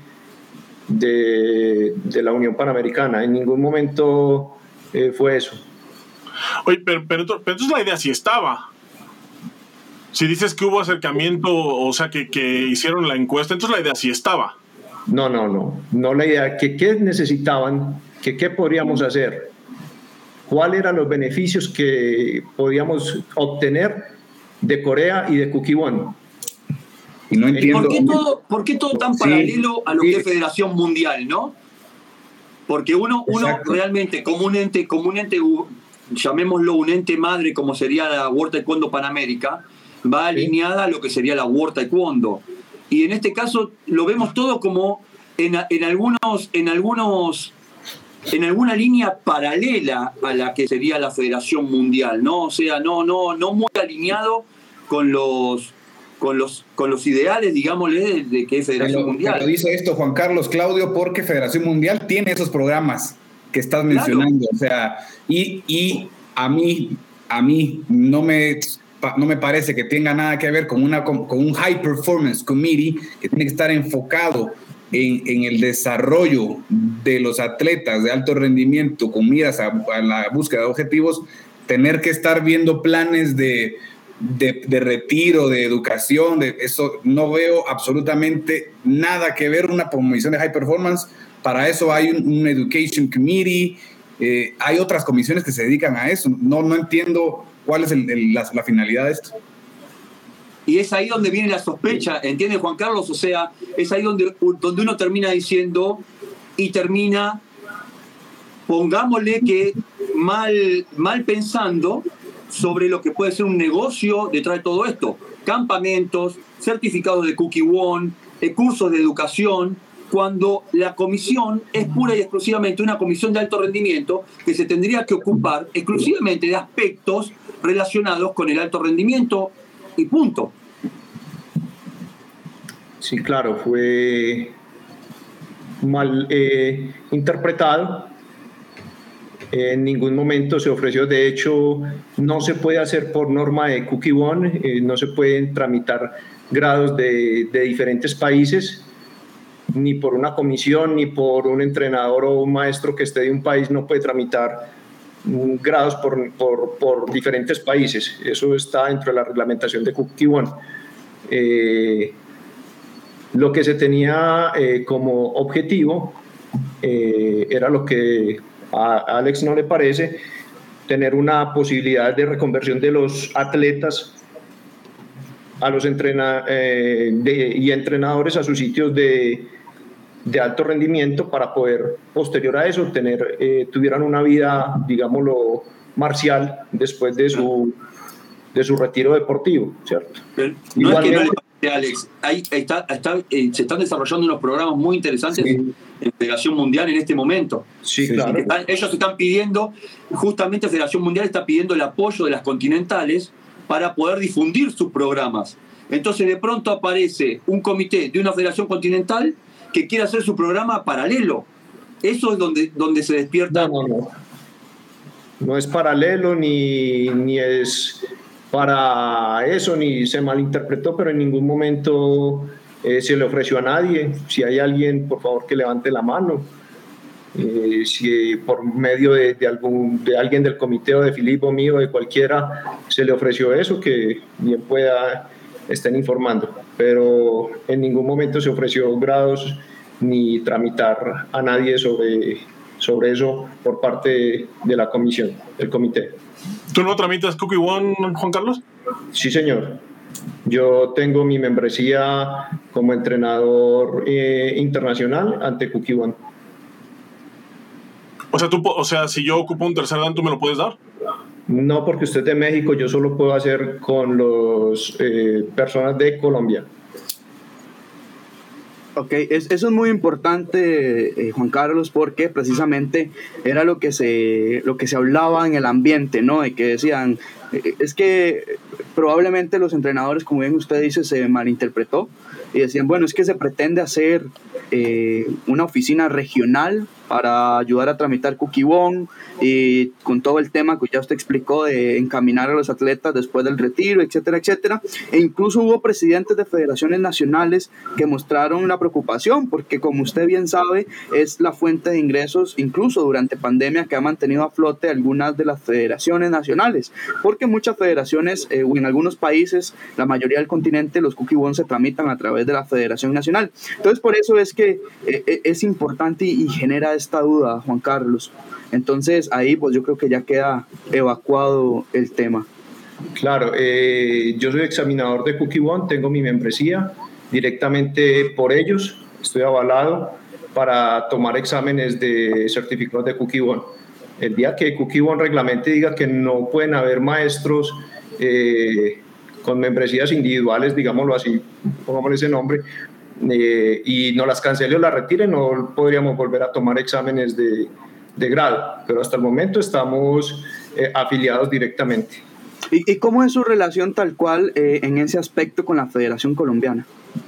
la Unión Panamericana. En ningún momento fue eso. Oye, pero entonces la idea sí estaba. Si dices que hubo acercamiento, o sea, que hicieron la encuesta, entonces la idea sí estaba. No la idea. ¿Qué necesitaban? ¿Qué podríamos hacer? ¿Cuáles eran los beneficios que podíamos obtener de Corea y de Kukkiwon? Y no entiendo. ¿Por qué todo tan paralelo a lo que es Federación Mundial, no? Porque uno realmente, como un ente, llamémoslo un ente madre, como sería la World Taekwondo Panamérica, va alineada a lo que sería la World Taekwondo. Y en este caso lo vemos todo como en alguna línea paralela a la que sería la Federación Mundial, ¿no? O sea, no muy alineado con los ideales, digámosle, de que es Federación Mundial. Pero dice esto Juan Carlos Claudio porque Federación Mundial tiene esos programas que estás mencionando. Claro. O sea, y a mí no me parece que tenga nada que ver con un High Performance Committee que tiene que estar enfocado en el desarrollo de los atletas de alto rendimiento con miras a la búsqueda de objetivos, tener que estar viendo planes de retiro, de educación, de eso no veo absolutamente nada que ver una comisión de High Performance. Para eso hay un Education Committee, hay otras comisiones que se dedican a eso. No entiendo cuál es la finalidad de esto. Y es ahí donde viene la sospecha, ¿entiendes, Juan Carlos? O sea, es ahí donde uno termina diciendo y termina, pongámosle que mal pensando sobre lo que puede ser un negocio detrás de todo esto. Campamentos, certificados de Kukkiwon, cursos de educación, cuando la comisión es pura y exclusivamente una comisión de alto rendimiento que se tendría que ocupar exclusivamente de aspectos relacionados con el alto rendimiento y punto. Sí, claro, fue mal interpretado. En ningún momento se ofreció, de hecho, no se puede hacer por norma de Kukkiwon, no se pueden tramitar grados de diferentes países, ni por una comisión, ni por un entrenador o un maestro que esté de un país, no puede tramitar grados por diferentes países. Eso está dentro de la reglamentación de Kukkiwon. Lo que se tenía como objetivo era lo que a Alex no le parece, tener una posibilidad de reconversión de los atletas a los y entrenadores a sus sitios de alto rendimiento, para poder, posterior a eso, tuvieran una vida, digámoslo, marcial después de su retiro deportivo, ¿cierto? Pero no es que no le parece, Alex. Se están desarrollando unos programas muy interesantes en Federación Mundial en este momento. Sí, claro. Ellos están pidiendo, justamente Federación Mundial está pidiendo el apoyo de las continentales para poder difundir sus programas. Entonces de pronto aparece un comité de una federación continental que quiere hacer su programa paralelo. Eso es donde se despierta. No es paralelo ni es para eso, ni se malinterpretó, pero en ningún momento se le ofreció a nadie. Si hay alguien, por favor, que levante la mano. Si por medio de alguien del comité o de Filipe o mío, de cualquiera, se le ofreció eso, que bien pueda estén informando, pero en ningún momento se ofreció grados ni tramitar a nadie sobre eso por parte de la comisión, del comité. ¿Tú no tramitas Cookie One, Juan Carlos? Sí, señor. Yo tengo mi membresía como entrenador internacional ante Cookie One. O sea, si yo ocupo un tercer dan, ¿tú me lo puedes dar? No, porque usted es de México, yo solo puedo hacer con los personas de Colombia. Ok, eso es muy importante, Juan Carlos, porque precisamente era lo que se hablaba en el ambiente, ¿no? De que decían, es que probablemente los entrenadores, como bien usted dice, se malinterpretó y decían, bueno, es que se pretende hacer una oficina regional para ayudar a tramitar Cookie One y con todo el tema que ya usted explicó de encaminar a los atletas después del retiro, etcétera, etcétera. E incluso hubo presidentes de federaciones nacionales que mostraron la preocupación porque, como usted bien sabe, es la fuente de ingresos, incluso durante pandemia, que ha mantenido a flote algunas de las federaciones nacionales, porque muchas federaciones o en algunos países, la mayoría del continente, los Cookie One se tramitan a través de la Federación Nacional. Entonces, por eso es que es importante y genera esta duda, Juan Carlos. Entonces, ahí pues yo creo que ya queda evacuado el tema. Claro, yo soy examinador de Cookie One, tengo mi membresía directamente por ellos, estoy avalado para tomar exámenes de certificados de Cookie One. El día que Cookie One reglamente diga que no pueden haber maestros con membresías individuales, digámoslo así, pongámosle ese nombre, y no las cancele o las retire, no podríamos volver a tomar exámenes de grado, pero hasta el momento estamos afiliados directamente. ¿Y cómo es su relación tal cual en ese aspecto con la Federación Colombiana?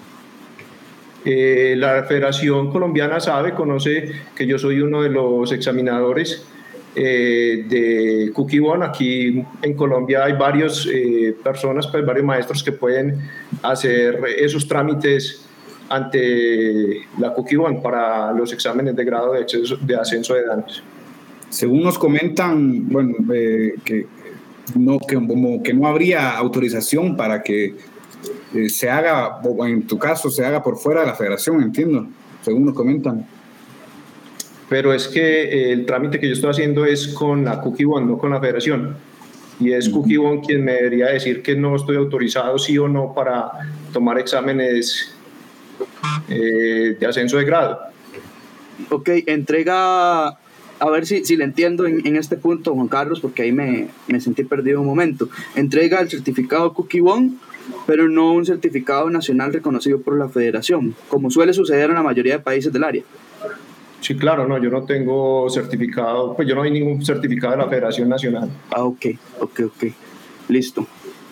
La Federación Colombiana conoce que yo soy uno de los examinadores de Cookie One. Aquí en Colombia hay varias personas, pues varios maestros que pueden hacer esos trámites ante la Cookie One para los exámenes de grado de ascenso de danos. Según nos comentan, bueno, que no habría autorización para que se haga, o en tu caso, se haga por fuera de la federación, entiendo, según nos comentan. Pero es que el trámite que yo estoy haciendo es con la Cookie One, no con la federación. Y es Cookie One quien me debería decir que no estoy autorizado, sí o no, para tomar exámenes de ascenso de grado. Ok, entrega, a ver si le entiendo en este punto, Juan Carlos, porque ahí me sentí perdido un momento. Entrega el certificado Cookie One, pero no un certificado nacional reconocido por la federación, como suele suceder en la mayoría de países del área. Sí, claro, no, yo no tengo certificado, pues yo no hay ningún certificado de la Federación Nacional. Ah, ok, listo.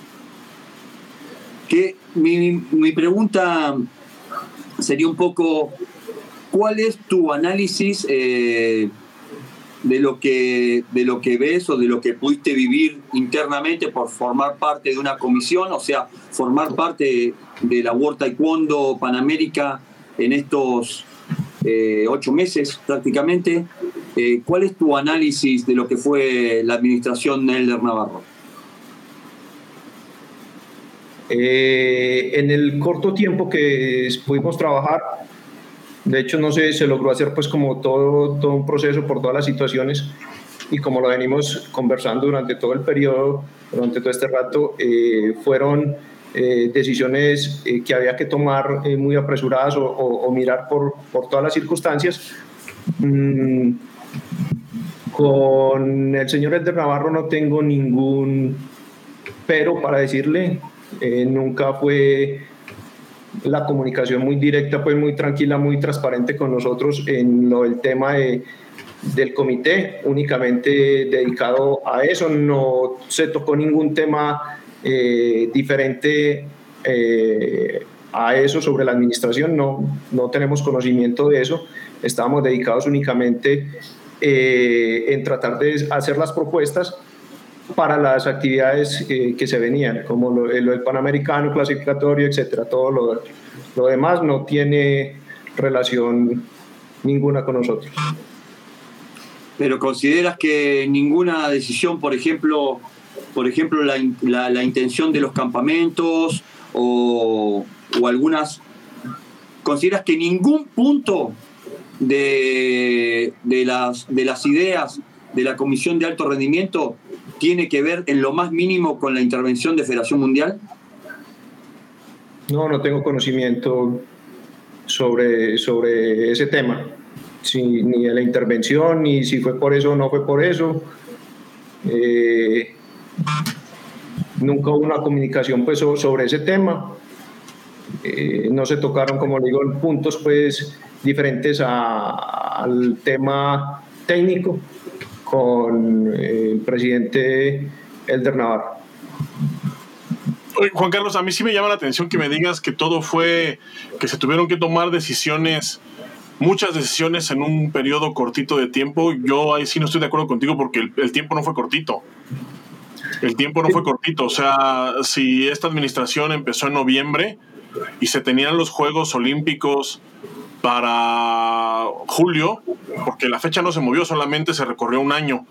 Que mi pregunta sería un poco, ¿cuál es tu análisis de lo que ves o de lo que pudiste vivir internamente por formar parte de una comisión, o sea, formar parte de la World Taekwondo Panamérica en estos 8 meses prácticamente? ¿Cuál es tu análisis de lo que fue la administración de Elder Navarro? En el corto tiempo que pudimos trabajar, de hecho no se logró hacer pues como todo un proceso por todas las situaciones, y como lo venimos conversando durante todo el periodo, durante todo este rato, fueron decisiones que había que tomar muy apresuradas o mirar por todas las circunstancias. Con el señor Elder Navarro no tengo ningún pero para decirle. Nunca fue la comunicación muy directa, pues muy tranquila, muy transparente con nosotros en lo del tema del comité, únicamente dedicado a eso. No se tocó ningún tema diferente a eso sobre la administración, no tenemos conocimiento de eso. Estábamos dedicados únicamente en tratar de hacer las propuestas para las actividades que se venían, como lo del Panamericano, clasificatorio, etcétera. Todo lo demás no tiene relación ninguna con nosotros. Pero ¿consideras que ninguna decisión, por ejemplo la intención de los campamentos o algunas, consideras que ningún punto de las ideas de la Comisión de Alto Rendimiento tiene que ver en lo más mínimo con la intervención de Federación Mundial? No tengo conocimiento sobre ese tema, ni de la intervención, ni si fue por eso o no fue por eso. Nunca hubo una comunicación pues sobre ese tema. No se tocaron, como le digo, puntos pues diferentes al tema técnico con el presidente Elder Navarro. Juan Carlos, a mí sí me llama la atención que me digas que todo fue, que se tuvieron que tomar muchas decisiones en un periodo cortito de tiempo. Yo ahí sí no estoy de acuerdo contigo, porque el tiempo no fue cortito. El tiempo no fue cortito. O sea, si esta administración empezó en noviembre y se tenían los Juegos Olímpicos para julio, porque la fecha no se movió, solamente se recorrió un año.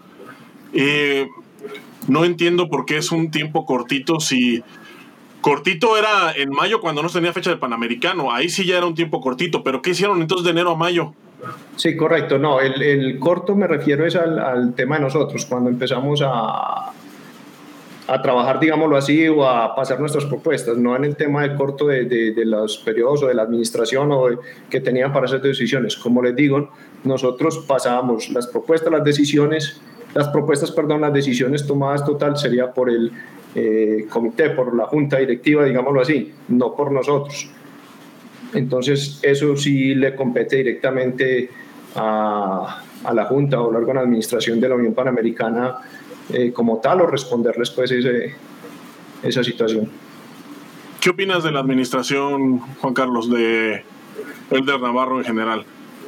No entiendo por qué es un tiempo cortito. Si cortito era en mayo, cuando no tenía fecha del Panamericano, ahí sí ya era un tiempo cortito. ¿Pero qué hicieron entonces de enero a mayo? Sí, correcto. No, el corto me refiero es al tema de nosotros, cuando empezamos a trabajar, digámoslo así, o a pasar nuestras propuestas, no en el tema del corto de los periodos o de la administración que tenían para hacer decisiones. Como les digo, nosotros pasábamos las decisiones tomadas total sería por el comité, por la junta directiva, digámoslo así, no por nosotros. Entonces eso sí le compete directamente a la junta o al órgano de administración de la Unión Panamericana como tal, o responderles pues esa situación. ¿Qué opinas de la administración, Juan Carlos, de Elder Navarro en general?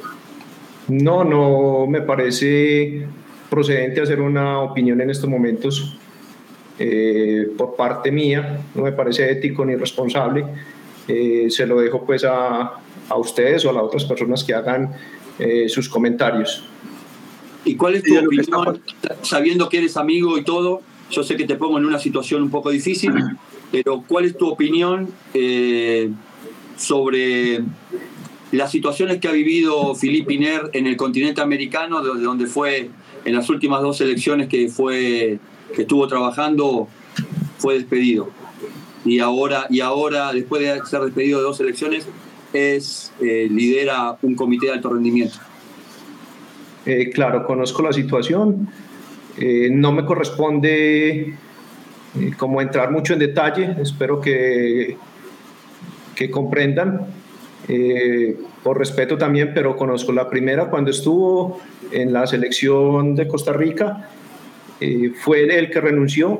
No me parece procedente hacer una opinión en estos momentos por parte mía. No me parece ético ni responsable. Se lo dejo pues a ustedes o a las otras personas que hagan sus comentarios. ¿Y cuál es tu opinión, sabiendo que eres amigo y todo? Yo sé que te pongo en una situación un poco difícil, pero ¿cuál es tu opinión sobre las situaciones que ha vivido Philippe Iner en el continente americano, donde fue en las últimas 2 elecciones que estuvo trabajando, fue despedido? Y ahora, después de ser despedido de 2 elecciones, lidera un comité de alto rendimiento. Claro, conozco la situación. No me corresponde como entrar mucho en detalle. Espero que comprendan, por respeto también, pero conozco la primera cuando estuvo en la selección de Costa Rica. Fue él el que renunció.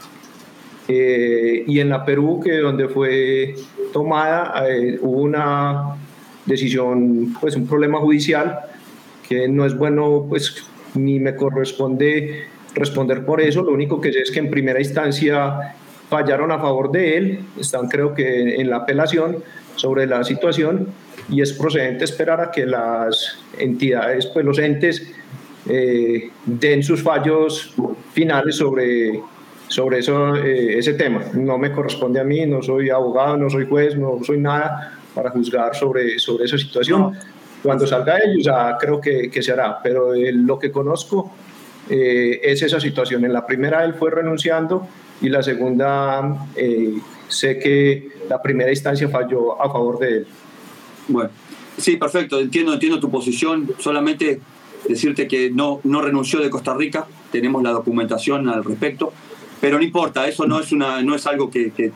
Y en la Perú, donde fue tomada, hubo una decisión, pues un problema judicial que no es bueno, pues ni me corresponde responder por eso. Lo único que sé es que en primera instancia fallaron a favor de él, están creo que en la apelación sobre la situación, y es procedente esperar a que las entidades, pues los entes, den sus fallos finales sobre eso, ese tema. No me corresponde a mí, no soy abogado, no soy juez, no soy nada para juzgar sobre esa situación. Cuando salga ello ya creo que se hará, pero lo que conozco es esa situación. En la primera él fue renunciando, y la segunda sé que la primera instancia falló a favor de él. Bueno, sí, perfecto, entiendo tu posición. Solamente decirte que no renunció de Costa Rica, tenemos la documentación al respecto, pero no importa, eso no es algo que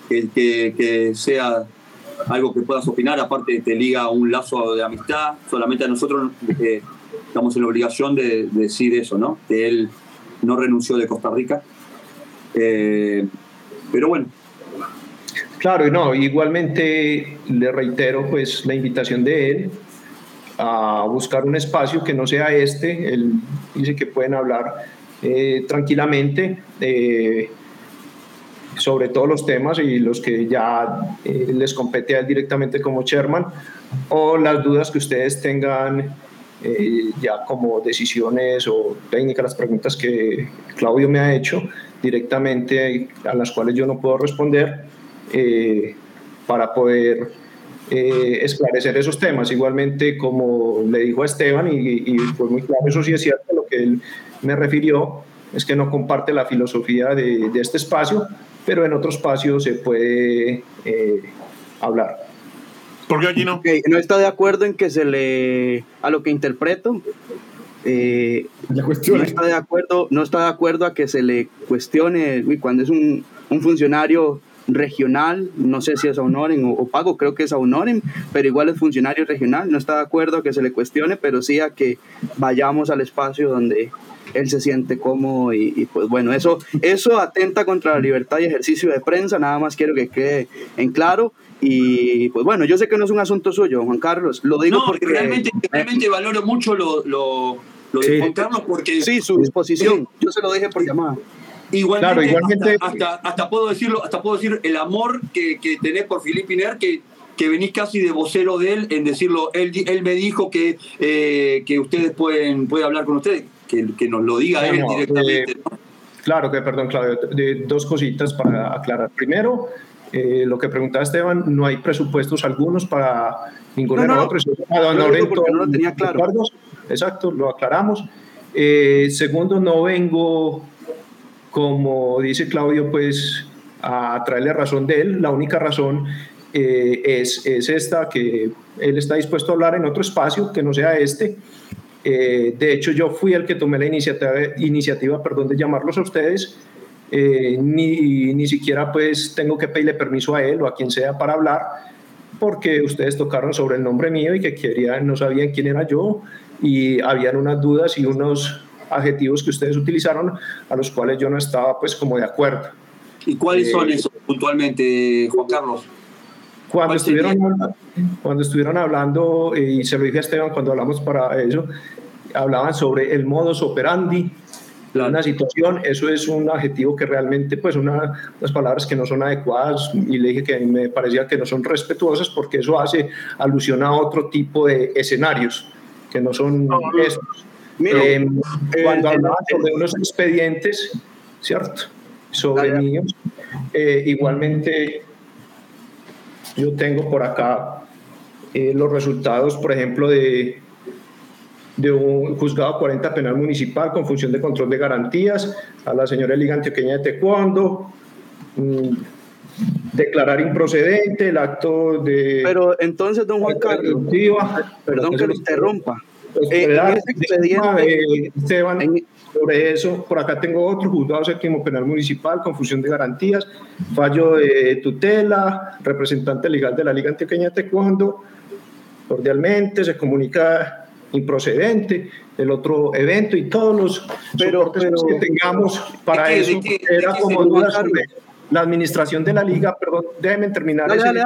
sea algo que puedas opinar. Aparte te liga un lazo de amistad. Solamente a nosotros estamos en la obligación de decir eso, ¿no? Que él no renunció de Costa Rica, pero bueno. Claro, y no, igualmente le reitero pues la invitación de él a buscar un espacio que no sea este. Él dice que pueden hablar tranquilamente sobre todos los temas, y los que ya les compete a él directamente como chairman, o las dudas que ustedes tengan ya como decisiones o técnicas, las preguntas que Claudio me ha hecho directamente, a las cuales yo no puedo responder, para poder esclarecer esos temas. Igualmente, como le dijo a Esteban, y fue muy claro, eso sí es cierto, lo que él me refirió es que no comparte la filosofía de este espacio, pero en otro espacio se puede hablar. ¿Por qué aquí no? Okay, no está de acuerdo en que se le, a lo que interpreto, no está de acuerdo a que se le cuestione cuando es un funcionario regional, no sé si es a honorem o pago, creo que es a honorem, pero igual es funcionario regional, no está de acuerdo a que se le cuestione, pero sí a que vayamos al espacio donde él se siente cómodo y pues bueno, eso atenta contra la libertad y ejercicio de prensa, nada más quiero que quede en claro. Y pues bueno, yo sé que no es un asunto suyo, Juan Carlos, lo digo no, porque realmente valoro mucho lo de Juan Carlos, porque sí, su disposición, yo se lo dije por llamada. Igualmente hasta puedo decir el amor que tenés por Philippe Iner, que venís casi de vocero de él en decirlo. Él me dijo que ustedes pueden hablar con ustedes, que nos lo diga él directamente, ¿no? Claro que, perdón, Claudio, dos cositas para aclarar. Primero, lo que preguntaba Esteban, no hay presupuestos algunos para ninguno de nosotros. No lo tenía claro. Exacto, lo aclaramos. Segundo, no vengo, como dice Claudio, pues a traerle razón de él. La única razón es esta, que él está dispuesto a hablar en otro espacio que no sea este. De hecho, yo fui el que tomé la iniciativa de llamarlos a ustedes. Ni siquiera pues tengo que pedirle permiso a él o a quien sea para hablar, porque ustedes tocaron sobre el nombre mío y que no sabían quién era yo, y habían unas dudas y unos adjetivos que ustedes utilizaron a los cuales yo no estaba pues como de acuerdo. ¿Y cuáles son esos puntualmente, Juan Carlos? Cuando estuvieron hablando, y se lo dije a Esteban cuando hablamos para eso, hablaban sobre el modus operandi, claro, una situación. Eso es un adjetivo que realmente, pues unas palabras que no son adecuadas, y le dije que me parecía que no son respetuosas, porque eso hace alusión a otro tipo de escenarios que no son estos. Cuando hablaban sobre unos expedientes, ¿cierto?, sobre niños, igualmente yo tengo por acá los resultados, por ejemplo, de un juzgado 40 penal municipal con función de control de garantías a la señora Liga Antioqueña de Taekwondo, declarar improcedente el acto de... Pero entonces, don Juan Carlos, perdón que lo interrumpa. Esteban, sobre eso, por acá tengo otro juzgado séptimo penal municipal con función de garantías, fallo de tutela, representante legal de la Liga Antioqueña de Taekwondo, cordialmente se comunica improcedente el otro evento, y todos los soportes que tengamos para eso. Era como dudas sobre la administración de la liga. Perdón, déjenme terminar. Dale.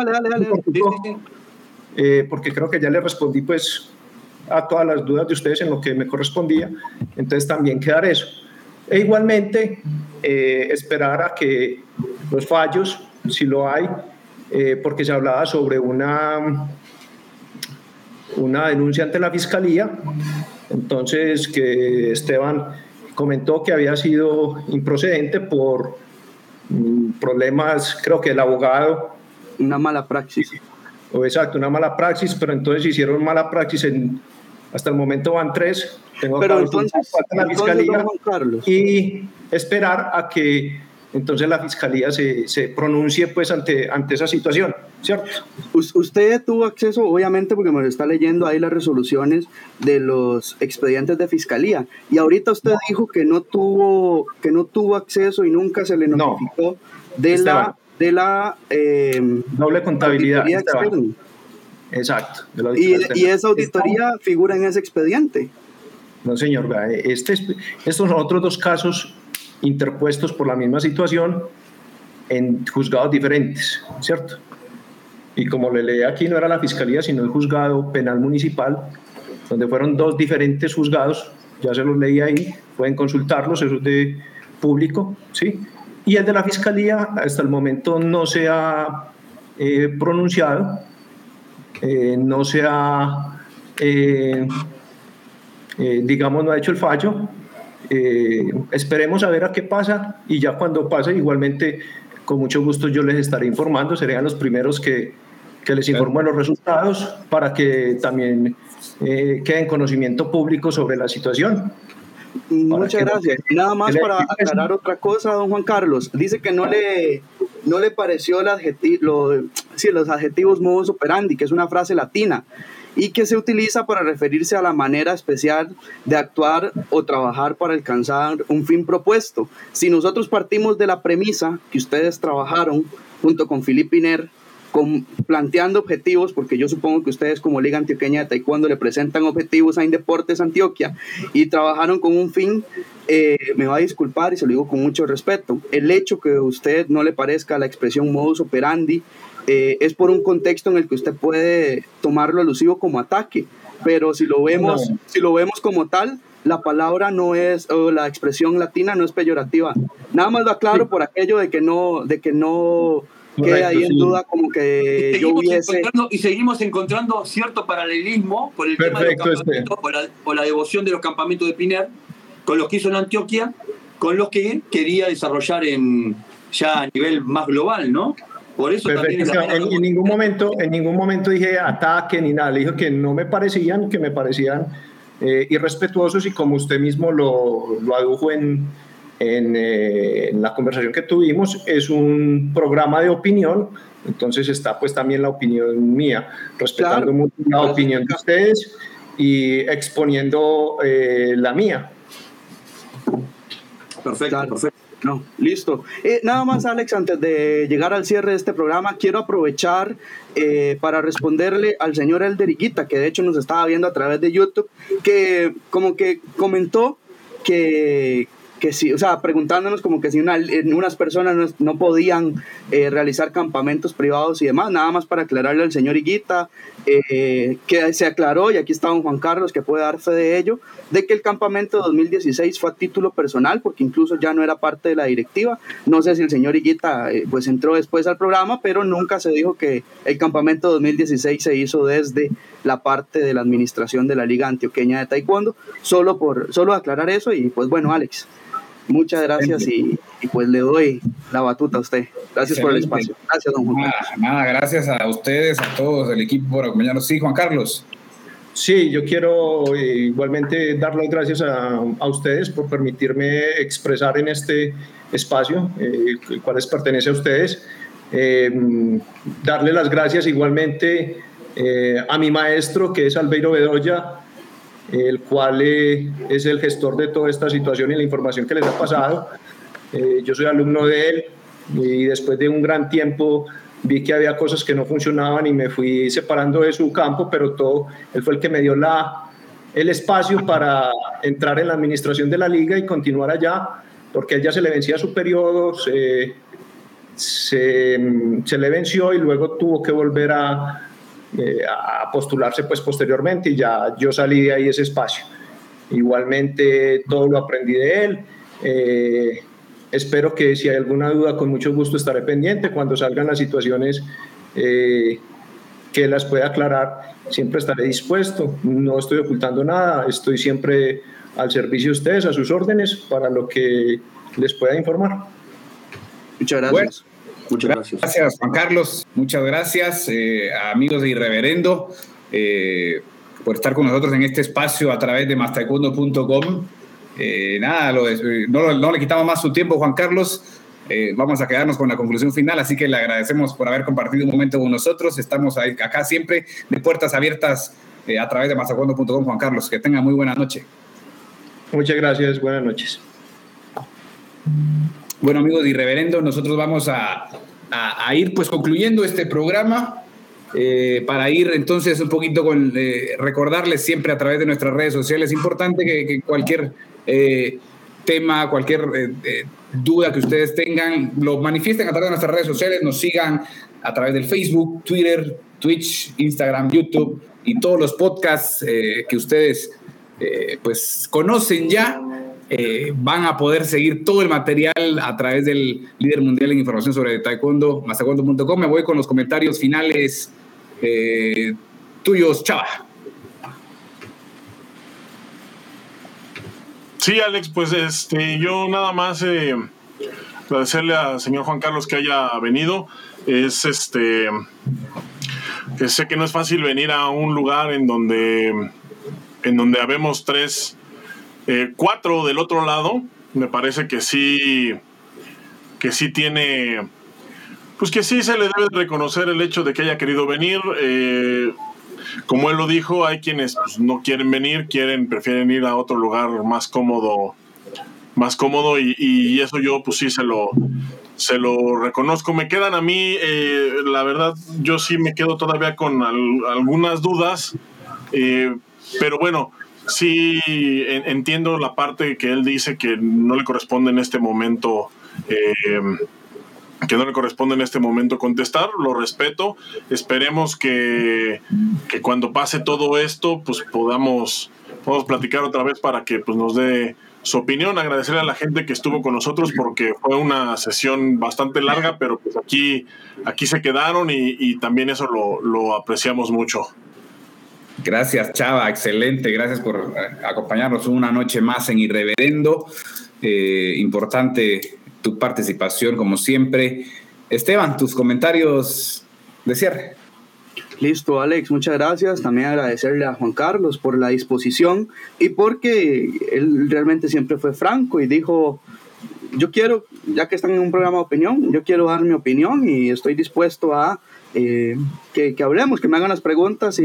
Porque creo que ya le respondí pues a todas las dudas de ustedes en lo que me correspondía, entonces también quedar eso. E igualmente esperar a que los fallos, si lo hay, porque se hablaba sobre una denuncia ante la Fiscalía, entonces que Esteban comentó que había sido improcedente por problemas, creo que el abogado... Una mala praxis. Exacto, una mala praxis, pero entonces hicieron mala praxis hasta el momento van 3. Tengo pero entonces la Fiscalía, y esperar a que entonces la Fiscalía se pronuncie pues ante esa situación, ¿cierto? Usted tuvo acceso, obviamente, porque me está leyendo ahí las resoluciones de los expedientes de Fiscalía, y ahorita usted dijo que no tuvo acceso y nunca se le notificó de la doble contabilidad externa. Exacto. Y esa auditoría figura en ese expediente. No, señor, estos son otros 2 casos interpuestos por la misma situación en juzgados diferentes, ¿cierto? Y como le leí aquí, no era la Fiscalía, sino el juzgado penal municipal, donde fueron 2 diferentes juzgados, ya se los leí ahí, pueden consultarlos, eso es de público, ¿sí? Y el de la Fiscalía hasta el momento no se ha pronunciado, no se ha digamos, no ha hecho el fallo. Esperemos a ver a qué pasa, y ya cuando pase, igualmente, con mucho gusto yo les estaré informando, serían los primeros que les informo de los resultados, para que también quede en conocimiento público sobre la situación. Muchas gracias. Nada más para aclarar otra cosa, don Juan Carlos. Dice que no le pareció los adjetivos modus operandi, que es una frase latina, y que se utiliza para referirse a la manera especial de actuar o trabajar para alcanzar un fin propuesto. Si nosotros partimos de la premisa que ustedes trabajaron junto con Philippe Iner, planteando objetivos, porque yo supongo que ustedes como Liga Antioqueña de Taekwondo le presentan objetivos a Indeportes Antioquia y trabajaron con un fin, me va a disculpar y se lo digo con mucho respeto, el hecho que a usted no le parezca la expresión modus operandi es por un contexto en el que usted puede tomarlo alusivo como ataque, pero si lo vemos como tal, la palabra no es, o la expresión latina no es peyorativa. Nada más lo aclaro por aquello de que no quede ahí en duda como que yo hubiese... Y seguimos encontrando cierto paralelismo por el tema de los campamentos, por la devoción de los campamentos de Piner, con los que hizo en Antioquia, con los que quería desarrollar ya a nivel más global, ¿no? Por eso perfecto. también en ningún momento dije ataque ni nada, le dije que no me parecían, que me parecían irrespetuosos, y como usted mismo lo adujo en la conversación que tuvimos, es un programa de opinión, entonces está pues también la opinión mía, respetando mucho la opinión de ustedes y exponiendo la mía. Perfecto, perfecto. No, listo. Nada más, Alex, antes de llegar al cierre de este programa, quiero aprovechar para responderle al señor Elder Higuita, que de hecho nos estaba viendo a través de YouTube, que como que comentó que sí, o sea, preguntándonos como que si unas personas no podían realizar campamentos privados y demás. Nada más para aclararle al señor Higuita, que se aclaró, y aquí está don Juan Carlos que puede dar fe de ello, de que el campamento 2016 fue a título personal, porque incluso ya no era parte de la directiva. No sé si el señor Higuita pues entró después al programa, pero nunca se dijo que el campamento 2016 se hizo desde la parte de la administración de la Liga Antioqueña de Taekwondo. Solo aclarar eso. Y pues bueno, Alex, muchas gracias y pues le doy la batuta a usted. Gracias por el espacio. Gracias, don Juan Carlos. Nada, gracias a ustedes, a todos, el equipo, por acompañarnos. Sí, Juan Carlos. Sí, yo quiero igualmente dar las gracias a ustedes por permitirme expresar en este espacio, el cual pertenece a ustedes. Darle las gracias igualmente a mi maestro, que es Albeiro Bedoya, el cual es el gestor de toda esta situación y la información que les ha pasado. Yo soy alumno de él, y después de un gran tiempo vi que había cosas que no funcionaban y me fui separando de su campo, pero él fue el que me dio el espacio para entrar en la administración de la liga y continuar allá, porque a él ya se le vencía su periodo, se le venció, y luego tuvo que volver a postularse pues posteriormente, y ya yo salí de ahí ese espacio. Igualmente todo lo aprendí de él. Espero que si hay alguna duda, con mucho gusto estaré pendiente. Cuando salgan las situaciones que las pueda aclarar, siempre estaré dispuesto. No estoy ocultando nada, estoy siempre al servicio de ustedes, a sus órdenes, para lo que les pueda informar. Muchas gracias. Bueno, muchas gracias. Gracias, Juan Carlos. Muchas gracias, amigos de Irreverendo, por estar con nosotros en este espacio a través de mastaekwondo.com. Nada, no le quitamos más su tiempo, Juan Carlos. Vamos a quedarnos con la conclusión final, así que le agradecemos por haber compartido un momento con nosotros. Estamos acá siempre de puertas abiertas a través de mastaekwondo.com, Juan Carlos. Que tenga muy buena noche. Muchas gracias, buenas noches. Bueno, amigos de Irreverendo, nosotros vamos a ir pues concluyendo este programa. Para ir entonces un poquito con recordarles siempre a través de nuestras redes sociales, es importante que cualquier tema, cualquier duda que ustedes tengan, lo manifiesten a través de nuestras redes sociales, nos sigan a través del Facebook, Twitter, Twitch, Instagram, YouTube y todos los podcasts que ustedes pues conocen ya. Van a poder seguir todo el material a través del líder mundial en información sobre taekwondo, mastaekwondo.com. Me voy con los comentarios finales tuyos, Chava. Sí, Alex, pues yo nada más agradecerle al señor Juan Carlos que haya venido. Sé que no es fácil venir a un lugar en donde habemos 4 del otro lado. Me parece que sí tiene, pues que sí se le debe reconocer el hecho de que haya querido venir. Como él lo dijo, hay quienes pues, no quieren venir, prefieren ir a otro lugar más cómodo y eso yo pues sí se lo reconozco. Me quedan a mí, la verdad, yo sí me quedo todavía con algunas dudas, pero bueno, sí entiendo la parte que él dice que no le corresponde en este momento contestar, lo respeto. Esperemos que cuando pase todo esto pues podamos platicar otra vez para que pues nos dé su opinión. Agradecerle a la gente que estuvo con nosotros porque fue una sesión bastante larga, pero pues aquí se quedaron y también eso lo apreciamos mucho. Gracias, Chava, excelente, gracias por acompañarnos una noche más en Irreverendo. Importante tu participación, como siempre. Esteban, tus comentarios de cierre. Listo, Alex, muchas gracias. También agradecerle a Juan Carlos por la disposición y porque él realmente siempre fue franco y dijo, yo quiero, ya que están en un programa de opinión, yo quiero dar mi opinión y estoy dispuesto a que hablemos, que me hagan las preguntas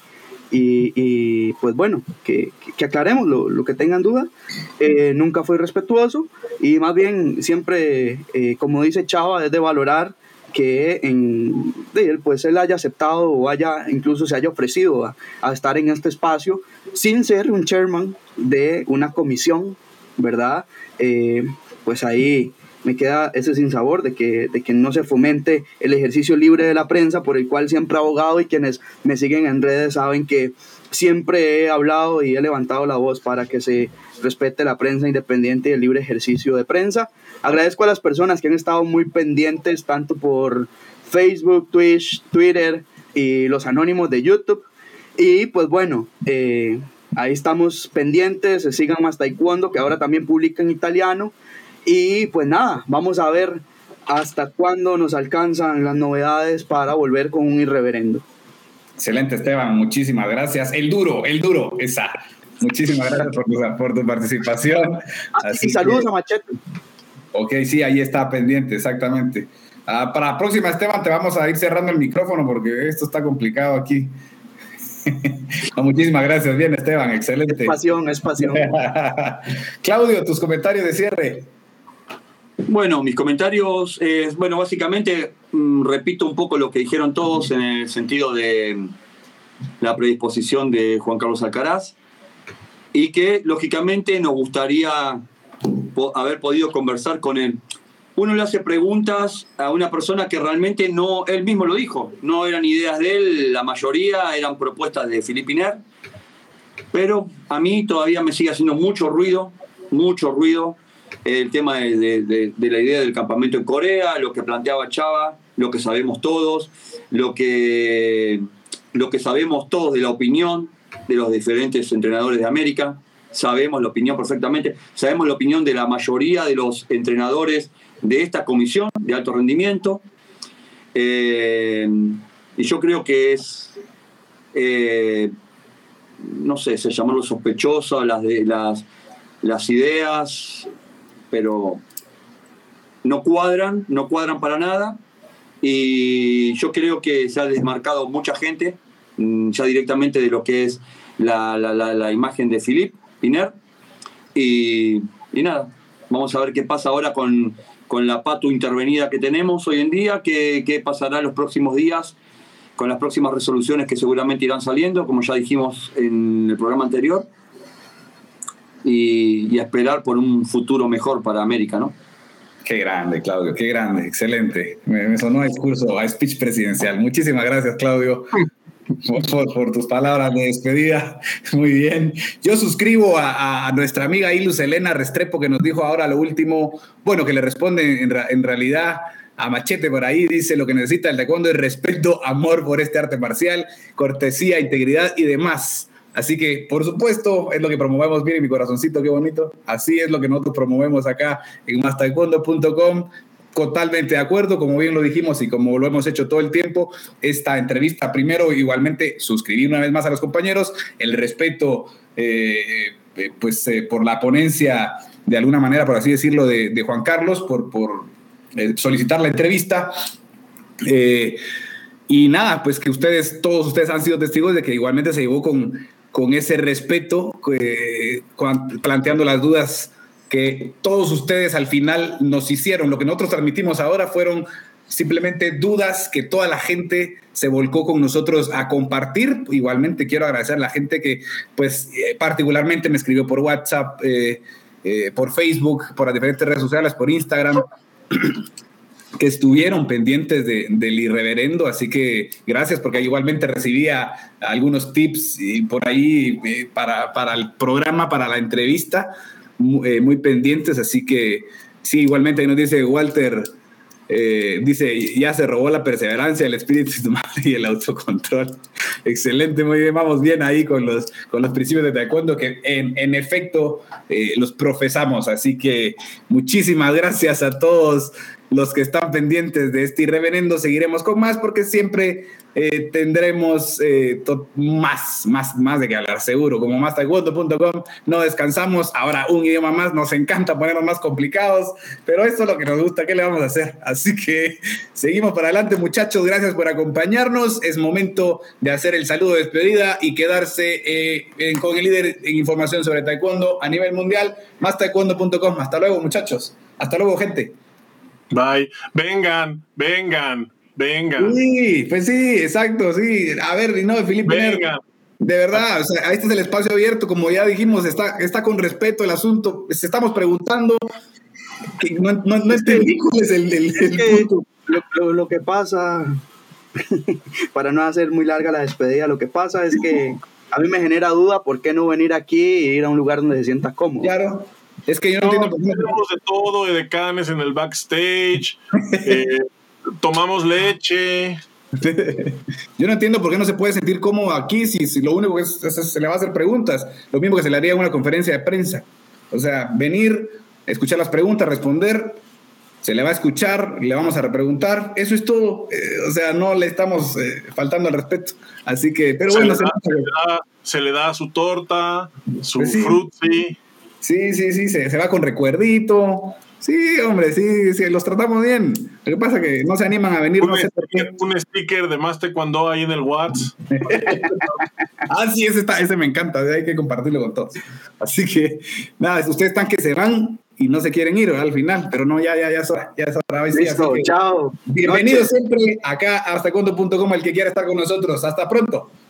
y pues bueno, que aclaremos lo que tengan duda. Nunca fue irrespetuoso y más bien siempre, como dice Chava, es de valorar que él haya aceptado o incluso se haya ofrecido a estar en este espacio sin ser un chairman de una comisión, ¿verdad? Pues ahí me queda ese sinsabor de que no se fomente el ejercicio libre de la prensa, por el cual siempre he abogado, y quienes me siguen en redes saben que siempre he hablado y he levantado la voz para que se respete la prensa independiente y el libre ejercicio de prensa. Agradezco a las personas que han estado muy pendientes, tanto por Facebook, Twitch, Twitter y los anónimos de YouTube. Y pues bueno, ahí estamos pendientes. Sigan Más Taekwondo, que ahora también publica en italiano. Y pues nada, vamos a ver hasta cuándo nos alcanzan las novedades para volver con un Irreverendo. Excelente, Esteban, muchísimas gracias. El duro, esa. Muchísimas gracias por tu participación. Y saludos a Machete. Ok, sí, ahí está pendiente, exactamente. Para la próxima, Esteban, te vamos a ir cerrando el micrófono porque esto está complicado aquí. Muchísimas gracias. Bien, Esteban, excelente. Es pasión. Claudio, tus comentarios de cierre. Bueno, mis comentarios, básicamente repito un poco lo que dijeron todos en el sentido de la predisposición de Juan Carlos Alcaraz y que lógicamente nos gustaría haber podido conversar con él. Uno le hace preguntas a una persona que realmente no, él mismo lo dijo, no eran ideas de él, la mayoría eran propuestas de Philippe Piner, pero a mí todavía me sigue haciendo mucho ruido el tema de la idea del campamento en Corea, lo que planteaba Chava, lo que sabemos todos, lo que sabemos todos de la opinión de los diferentes entrenadores de América. Sabemos la opinión perfectamente, sabemos la opinión de la mayoría de los entrenadores de esta comisión de alto rendimiento, y yo creo que es, no sé, se llamarlo sospechoso, las ideas, pero no cuadran para nada, y yo creo que se ha desmarcado mucha gente ya directamente de lo que es la imagen de Philippe Piner, y nada, vamos a ver qué pasa ahora con la Patu intervenida que tenemos hoy en día, qué pasará en los próximos días con las próximas resoluciones que seguramente irán saliendo, como ya dijimos en el programa anterior, y a esperar por un futuro mejor para América, ¿no? Qué grande, Claudio, qué grande, excelente. Me sonó a discurso, a speech presidencial. Muchísimas gracias, Claudio, por tus palabras de despedida. Muy bien. Yo suscribo a nuestra amiga Ilus Elena Restrepo, que nos dijo ahora lo último, bueno, que le responde en realidad a Machete por ahí, dice: lo que necesita el taekwondo es respeto, amor por este arte marcial, cortesía, integridad y demás Así que, por supuesto, es lo que promovemos. Miren mi corazoncito, qué bonito. Así es lo que nosotros promovemos acá en mastaekwondo.com. Totalmente de acuerdo, como bien lo dijimos y como lo hemos hecho todo el tiempo, esta entrevista, primero, igualmente, suscribir una vez más a los compañeros, el respeto, por la ponencia, de alguna manera, por así decirlo, de Juan Carlos, por solicitar la entrevista. Y nada, pues que todos ustedes han sido testigos de que igualmente se llevó con ese respeto, planteando las dudas que todos ustedes al final nos hicieron. Lo que nosotros transmitimos ahora fueron simplemente dudas que toda la gente se volcó con nosotros a compartir. Igualmente quiero agradecer a la gente que, pues, particularmente me escribió por WhatsApp, por Facebook, por las diferentes redes sociales, por Instagram, que estuvieron pendientes del irreverendo, así que gracias, porque igualmente recibía algunos tips y por ahí para el programa, para la entrevista, muy pendientes, así que sí, igualmente ahí nos dice Walter, dice, ya se robó la perseverancia, el espíritu y el autocontrol. Excelente, muy bien, vamos bien ahí con los principios de taekwondo que en efecto los profesamos, así que muchísimas gracias a todos los que están pendientes de este irreverendo. Seguiremos con más porque siempre tendremos más de qué hablar, seguro. Como mastaekwondo.com, no descansamos. Ahora un idioma más, nos encanta ponernos más complicados, pero esto es lo que nos gusta, ¿qué le vamos a hacer? Así que seguimos para adelante, muchachos, gracias por acompañarnos. Es momento de hacer el saludo de despedida y quedarse con el líder en información sobre taekwondo a nivel mundial, mastaekwondo.com. Hasta luego, muchachos. Hasta luego, gente. Bye. Vengan. Sí, pues sí, exacto, sí. A ver, no, Felipe, vengan. De verdad, o sea, este es el espacio abierto, como ya dijimos, está con respeto el asunto. Estamos preguntando, que no entendí cuál es el punto. Lo que pasa, para no hacer muy larga la despedida, lo que pasa es que a mí me genera duda por qué no venir aquí e ir a un lugar donde se sienta cómodo. Claro. Es que yo no entiendo por qué. Tenemos de todo, de decanes en el backstage, tomamos leche. Yo no entiendo por qué no se puede sentir cómodo aquí si lo único que se le va a hacer preguntas, lo mismo que se le haría en una conferencia de prensa. O sea, venir, escuchar las preguntas, responder, se le va a escuchar, le vamos a repreguntar, eso es todo. O sea, no le estamos faltando al respeto. Así que, pero bueno, se le da su torta, su pues sí. frutzi. Sí, se va con recuerdito. Sí, hombre, sí, los tratamos bien. Lo que pasa es que no se animan a venir. Un sticker de más taekwondo ahí en el WhatsApp. Sí, ese me encanta, hay que compartirlo con todos. Así que, nada, ustedes están que se van y no se quieren ir al final, pero no, ya es hora. Listo, chao. Bienvenidos siempre acá a mastaekwondo.com, el que quiera estar con nosotros. Hasta pronto.